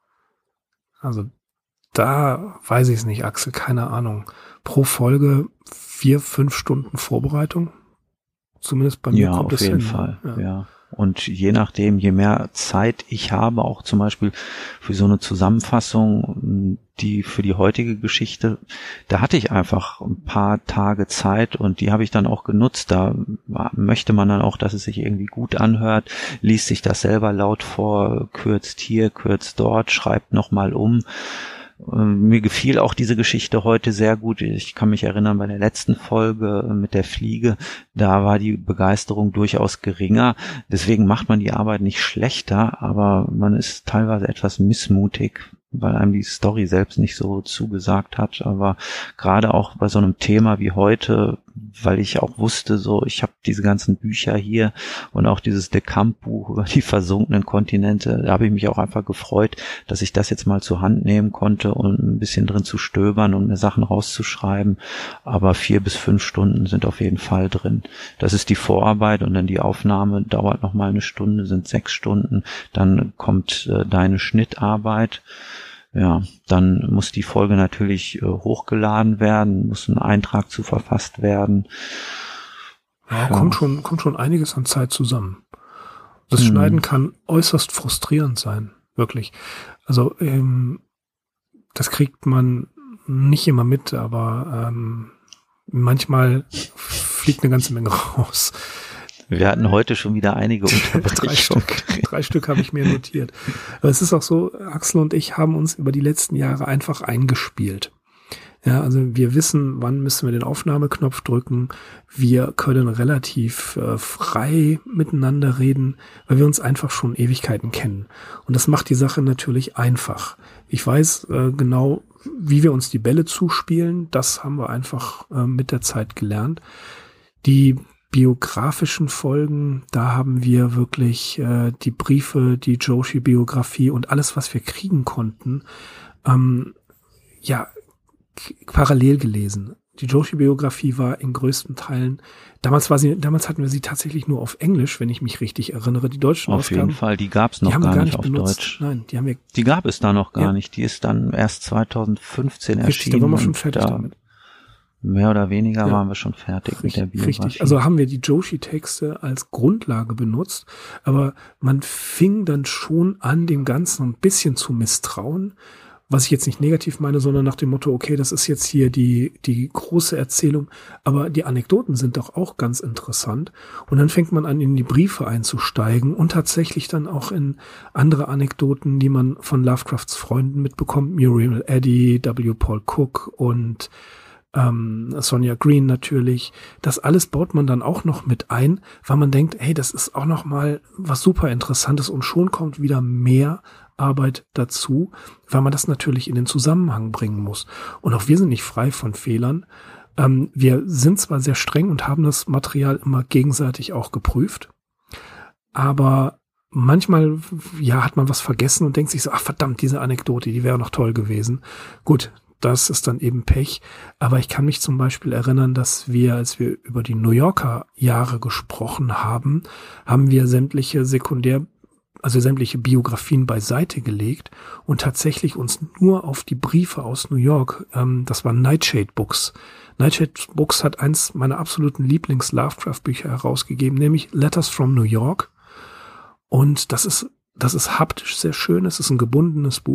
Also da weiß ich es nicht, Axel, keine Ahnung. Pro Folge 4-5 Stunden Vorbereitung. Zumindest bei mir kommt es hin. Ja, auf jeden Fall, ja. Und je nachdem, je mehr Zeit ich habe, auch zum Beispiel für so eine Zusammenfassung, die für die heutige Geschichte, da hatte ich einfach ein paar Tage Zeit und die habe ich dann auch genutzt. Da möchte man dann auch, dass es sich irgendwie gut anhört, liest sich das selber laut vor, kürzt hier, kürzt dort, schreibt nochmal um. Mir gefiel auch diese Geschichte heute sehr gut. Ich kann mich erinnern, bei der letzten Folge mit der Fliege, da war die Begeisterung durchaus geringer. Deswegen macht man die Arbeit nicht schlechter, aber man ist teilweise etwas missmutig, weil einem die Story selbst nicht so zugesagt hat. Aber gerade auch bei so einem Thema wie heute, weil ich auch wusste, so ich habe diese ganzen Bücher hier und auch dieses De Camp-Buch über die versunkenen Kontinente, da habe ich mich auch einfach gefreut, dass ich das jetzt mal zur Hand nehmen konnte und ein bisschen drin zu stöbern und mir Sachen rauszuschreiben. Aber 4 bis 5 Stunden sind auf jeden Fall drin. Das ist die Vorarbeit und dann die Aufnahme dauert nochmal 1 Stunde, sind 6 Stunden. Dann kommt deine Schnittarbeit. Ja, dann muss die Folge natürlich hochgeladen werden, muss ein Eintrag zu verfasst werden. Ja, kommt schon einiges an Zeit zusammen. Das Schneiden kann äußerst frustrierend sein, wirklich. Also das kriegt man nicht immer mit, aber manchmal fliegt eine ganze Menge raus. Wir hatten heute schon wieder einige Unterbrechungen. 3 Stück habe ich mir notiert. Aber es ist auch so, Axel und ich haben uns über die letzten Jahre einfach eingespielt. Ja, also wir wissen, wann müssen wir den Aufnahmeknopf drücken. Wir können relativ frei miteinander reden, weil wir uns einfach schon Ewigkeiten kennen. Und das macht die Sache natürlich einfach. Ich weiß genau, wie wir uns die Bälle zuspielen. Das haben wir einfach mit der Zeit gelernt. Die biografischen Folgen, da haben wir wirklich die Briefe, die Joshi-Biografie und alles, was wir kriegen konnten, parallel gelesen. Die Joshi-Biografie war in größten Teilen, damals hatten wir sie tatsächlich nur auf Englisch, wenn ich mich richtig erinnere. Die deutschen Ausgaben. Auf jeden Fall, die gab es noch gar nicht auf benutzt. Deutsch. Nein, die gab es da noch gar nicht. Die ist dann erst 2015 erschienen. Da waren wir schon fertig damit. Mehr oder weniger waren wir schon fertig mit der Biografie. Richtig, also haben wir die Joshi-Texte als Grundlage benutzt, aber man fing dann schon an, dem Ganzen ein bisschen zu misstrauen, was ich jetzt nicht negativ meine, sondern nach dem Motto, okay, das ist jetzt hier die große Erzählung, aber die Anekdoten sind doch auch ganz interessant. Und dann fängt man an, in die Briefe einzusteigen und tatsächlich dann auch in andere Anekdoten, die man von Lovecrafts Freunden mitbekommt, Muriel Eddy, W. Paul Cook und Sonja Green natürlich. Das alles baut man dann auch noch mit ein, weil man denkt, hey, das ist auch noch mal was super Interessantes und schon kommt wieder mehr Arbeit dazu, weil man das natürlich in den Zusammenhang bringen muss. Und auch wir sind nicht frei von Fehlern. Wir sind zwar sehr streng und haben das Material immer gegenseitig auch geprüft, aber manchmal, hat man was vergessen und denkt sich so, ach verdammt, diese Anekdote, die wäre noch toll gewesen. Gut, das ist dann eben Pech. Aber ich kann mich zum Beispiel erinnern, dass wir, als wir über die New Yorker Jahre gesprochen haben, haben wir sämtliche sämtliche Biografien beiseite gelegt und tatsächlich uns nur auf die Briefe aus New York, das waren Nightshade Books. Nightshade Books hat eins meiner absoluten Lieblings-Lovecraft-Bücher herausgegeben, nämlich Letters from New York. Und das ist haptisch sehr schön. Es ist ein gebundenes Buch.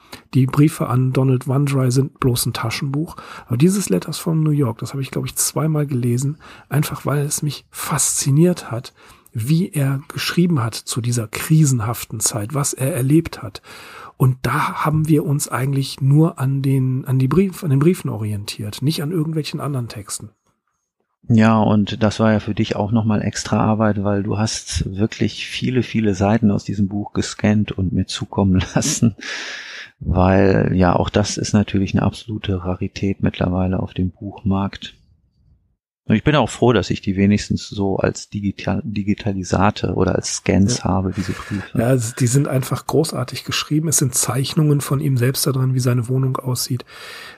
Die Briefe an Donald Wandrei sind bloß ein Taschenbuch. Aber dieses Letters from New York, das habe ich, glaube ich, 2-mal gelesen, einfach weil es mich fasziniert hat, wie er geschrieben hat zu dieser krisenhaften Zeit, was er erlebt hat. Und da haben wir uns eigentlich nur an den Briefen orientiert, nicht an irgendwelchen anderen Texten. Ja, und das war ja für dich auch nochmal extra Arbeit, weil du hast wirklich viele, viele Seiten aus diesem Buch gescannt und mir zukommen lassen, weil ja auch das ist natürlich eine absolute Rarität mittlerweile auf dem Buchmarkt. Und ich bin auch froh, dass ich die wenigstens so als Digitalisate oder als Scans habe, diese Briefe. Ja, also die sind einfach großartig geschrieben. Es sind Zeichnungen von ihm selbst da drin, wie seine Wohnung aussieht.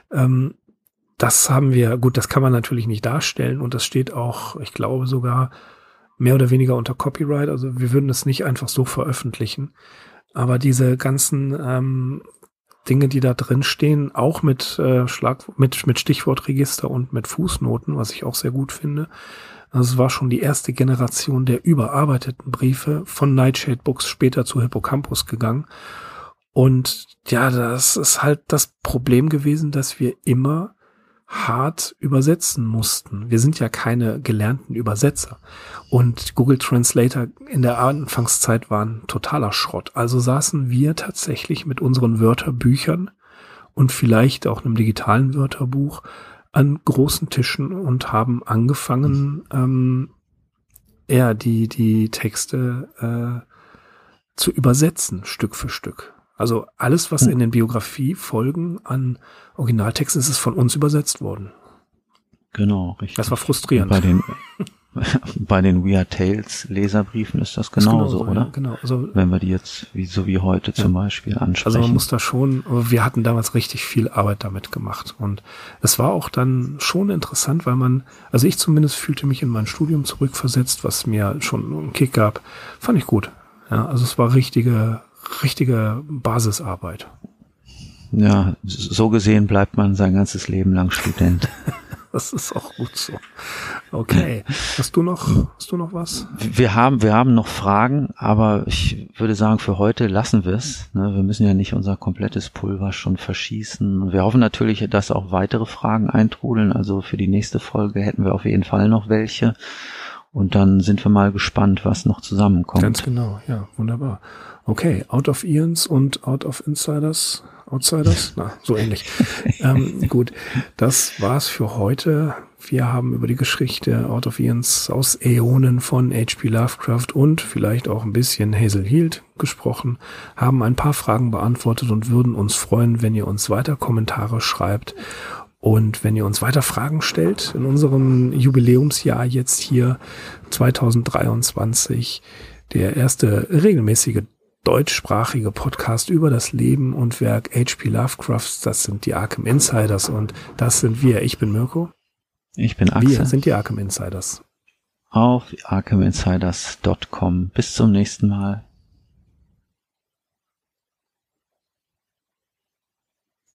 Das haben wir, gut, das kann man natürlich nicht darstellen und das steht auch, ich glaube sogar mehr oder weniger unter Copyright, also wir würden es nicht einfach so veröffentlichen, aber diese ganzen Dinge, die da drin stehen, auch mit mit Stichwortregister und mit Fußnoten, was ich auch sehr gut finde. Also es war schon die erste Generation der überarbeiteten Briefe von Nightshade Books später zu Hippocampus gegangen. Und ja, das ist halt das Problem gewesen, dass wir immer hart übersetzen mussten. Wir sind ja keine gelernten Übersetzer. Und Google Translator in der Anfangszeit waren totaler Schrott. Also saßen wir tatsächlich mit unseren Wörterbüchern und vielleicht auch einem digitalen Wörterbuch an großen Tischen und haben angefangen, die Texte zu übersetzen, Stück für Stück. Also alles, was in den Biografiefolgen an Originaltext ist, ist von uns übersetzt worden. Genau, richtig. Das war frustrierend. Bei den We Are Tales Leserbriefen ist das genauso, oder? Ja, genau. Also, wenn wir die jetzt wie heute zum Beispiel ansprechen. Also man muss da schon, wir hatten damals richtig viel Arbeit damit gemacht und es war auch dann schon interessant, weil also ich zumindest fühlte mich in mein Studium zurückversetzt, was mir schon einen Kick gab. Fand ich gut. Ja, also es war richtige Basisarbeit. Ja, so gesehen bleibt man sein ganzes Leben lang Student. Das ist auch gut so. Okay. Hast du noch was? Wir haben noch Fragen, aber ich würde sagen, für heute lassen wir es. Wir müssen ja nicht unser komplettes Pulver schon verschießen. Wir hoffen natürlich, dass auch weitere Fragen eintrudeln. Also für die nächste Folge hätten wir auf jeden Fall noch welche. Und dann sind wir mal gespannt, was noch zusammenkommt. Ganz genau, ja, wunderbar. Okay, Out of Eons und Out of Outsiders? Na, so ähnlich. Gut, das war's für heute. Wir haben über die Geschichte Out of Eons aus Äonen von H.P. Lovecraft und vielleicht auch ein bisschen Hazel Hield gesprochen, haben ein paar Fragen beantwortet und würden uns freuen, wenn ihr uns weiter Kommentare schreibt. Und wenn ihr uns weiter Fragen stellt, in unserem Jubiläumsjahr jetzt hier 2023, der erste regelmäßige deutschsprachige Podcast über das Leben und Werk H.P. Lovecrafts, das sind die Arkham Insiders und das sind wir. Ich bin Mirko. Ich bin Axel. Wir sind die Arkham Insiders. Auf arkhaminsiders.com. Bis zum nächsten Mal.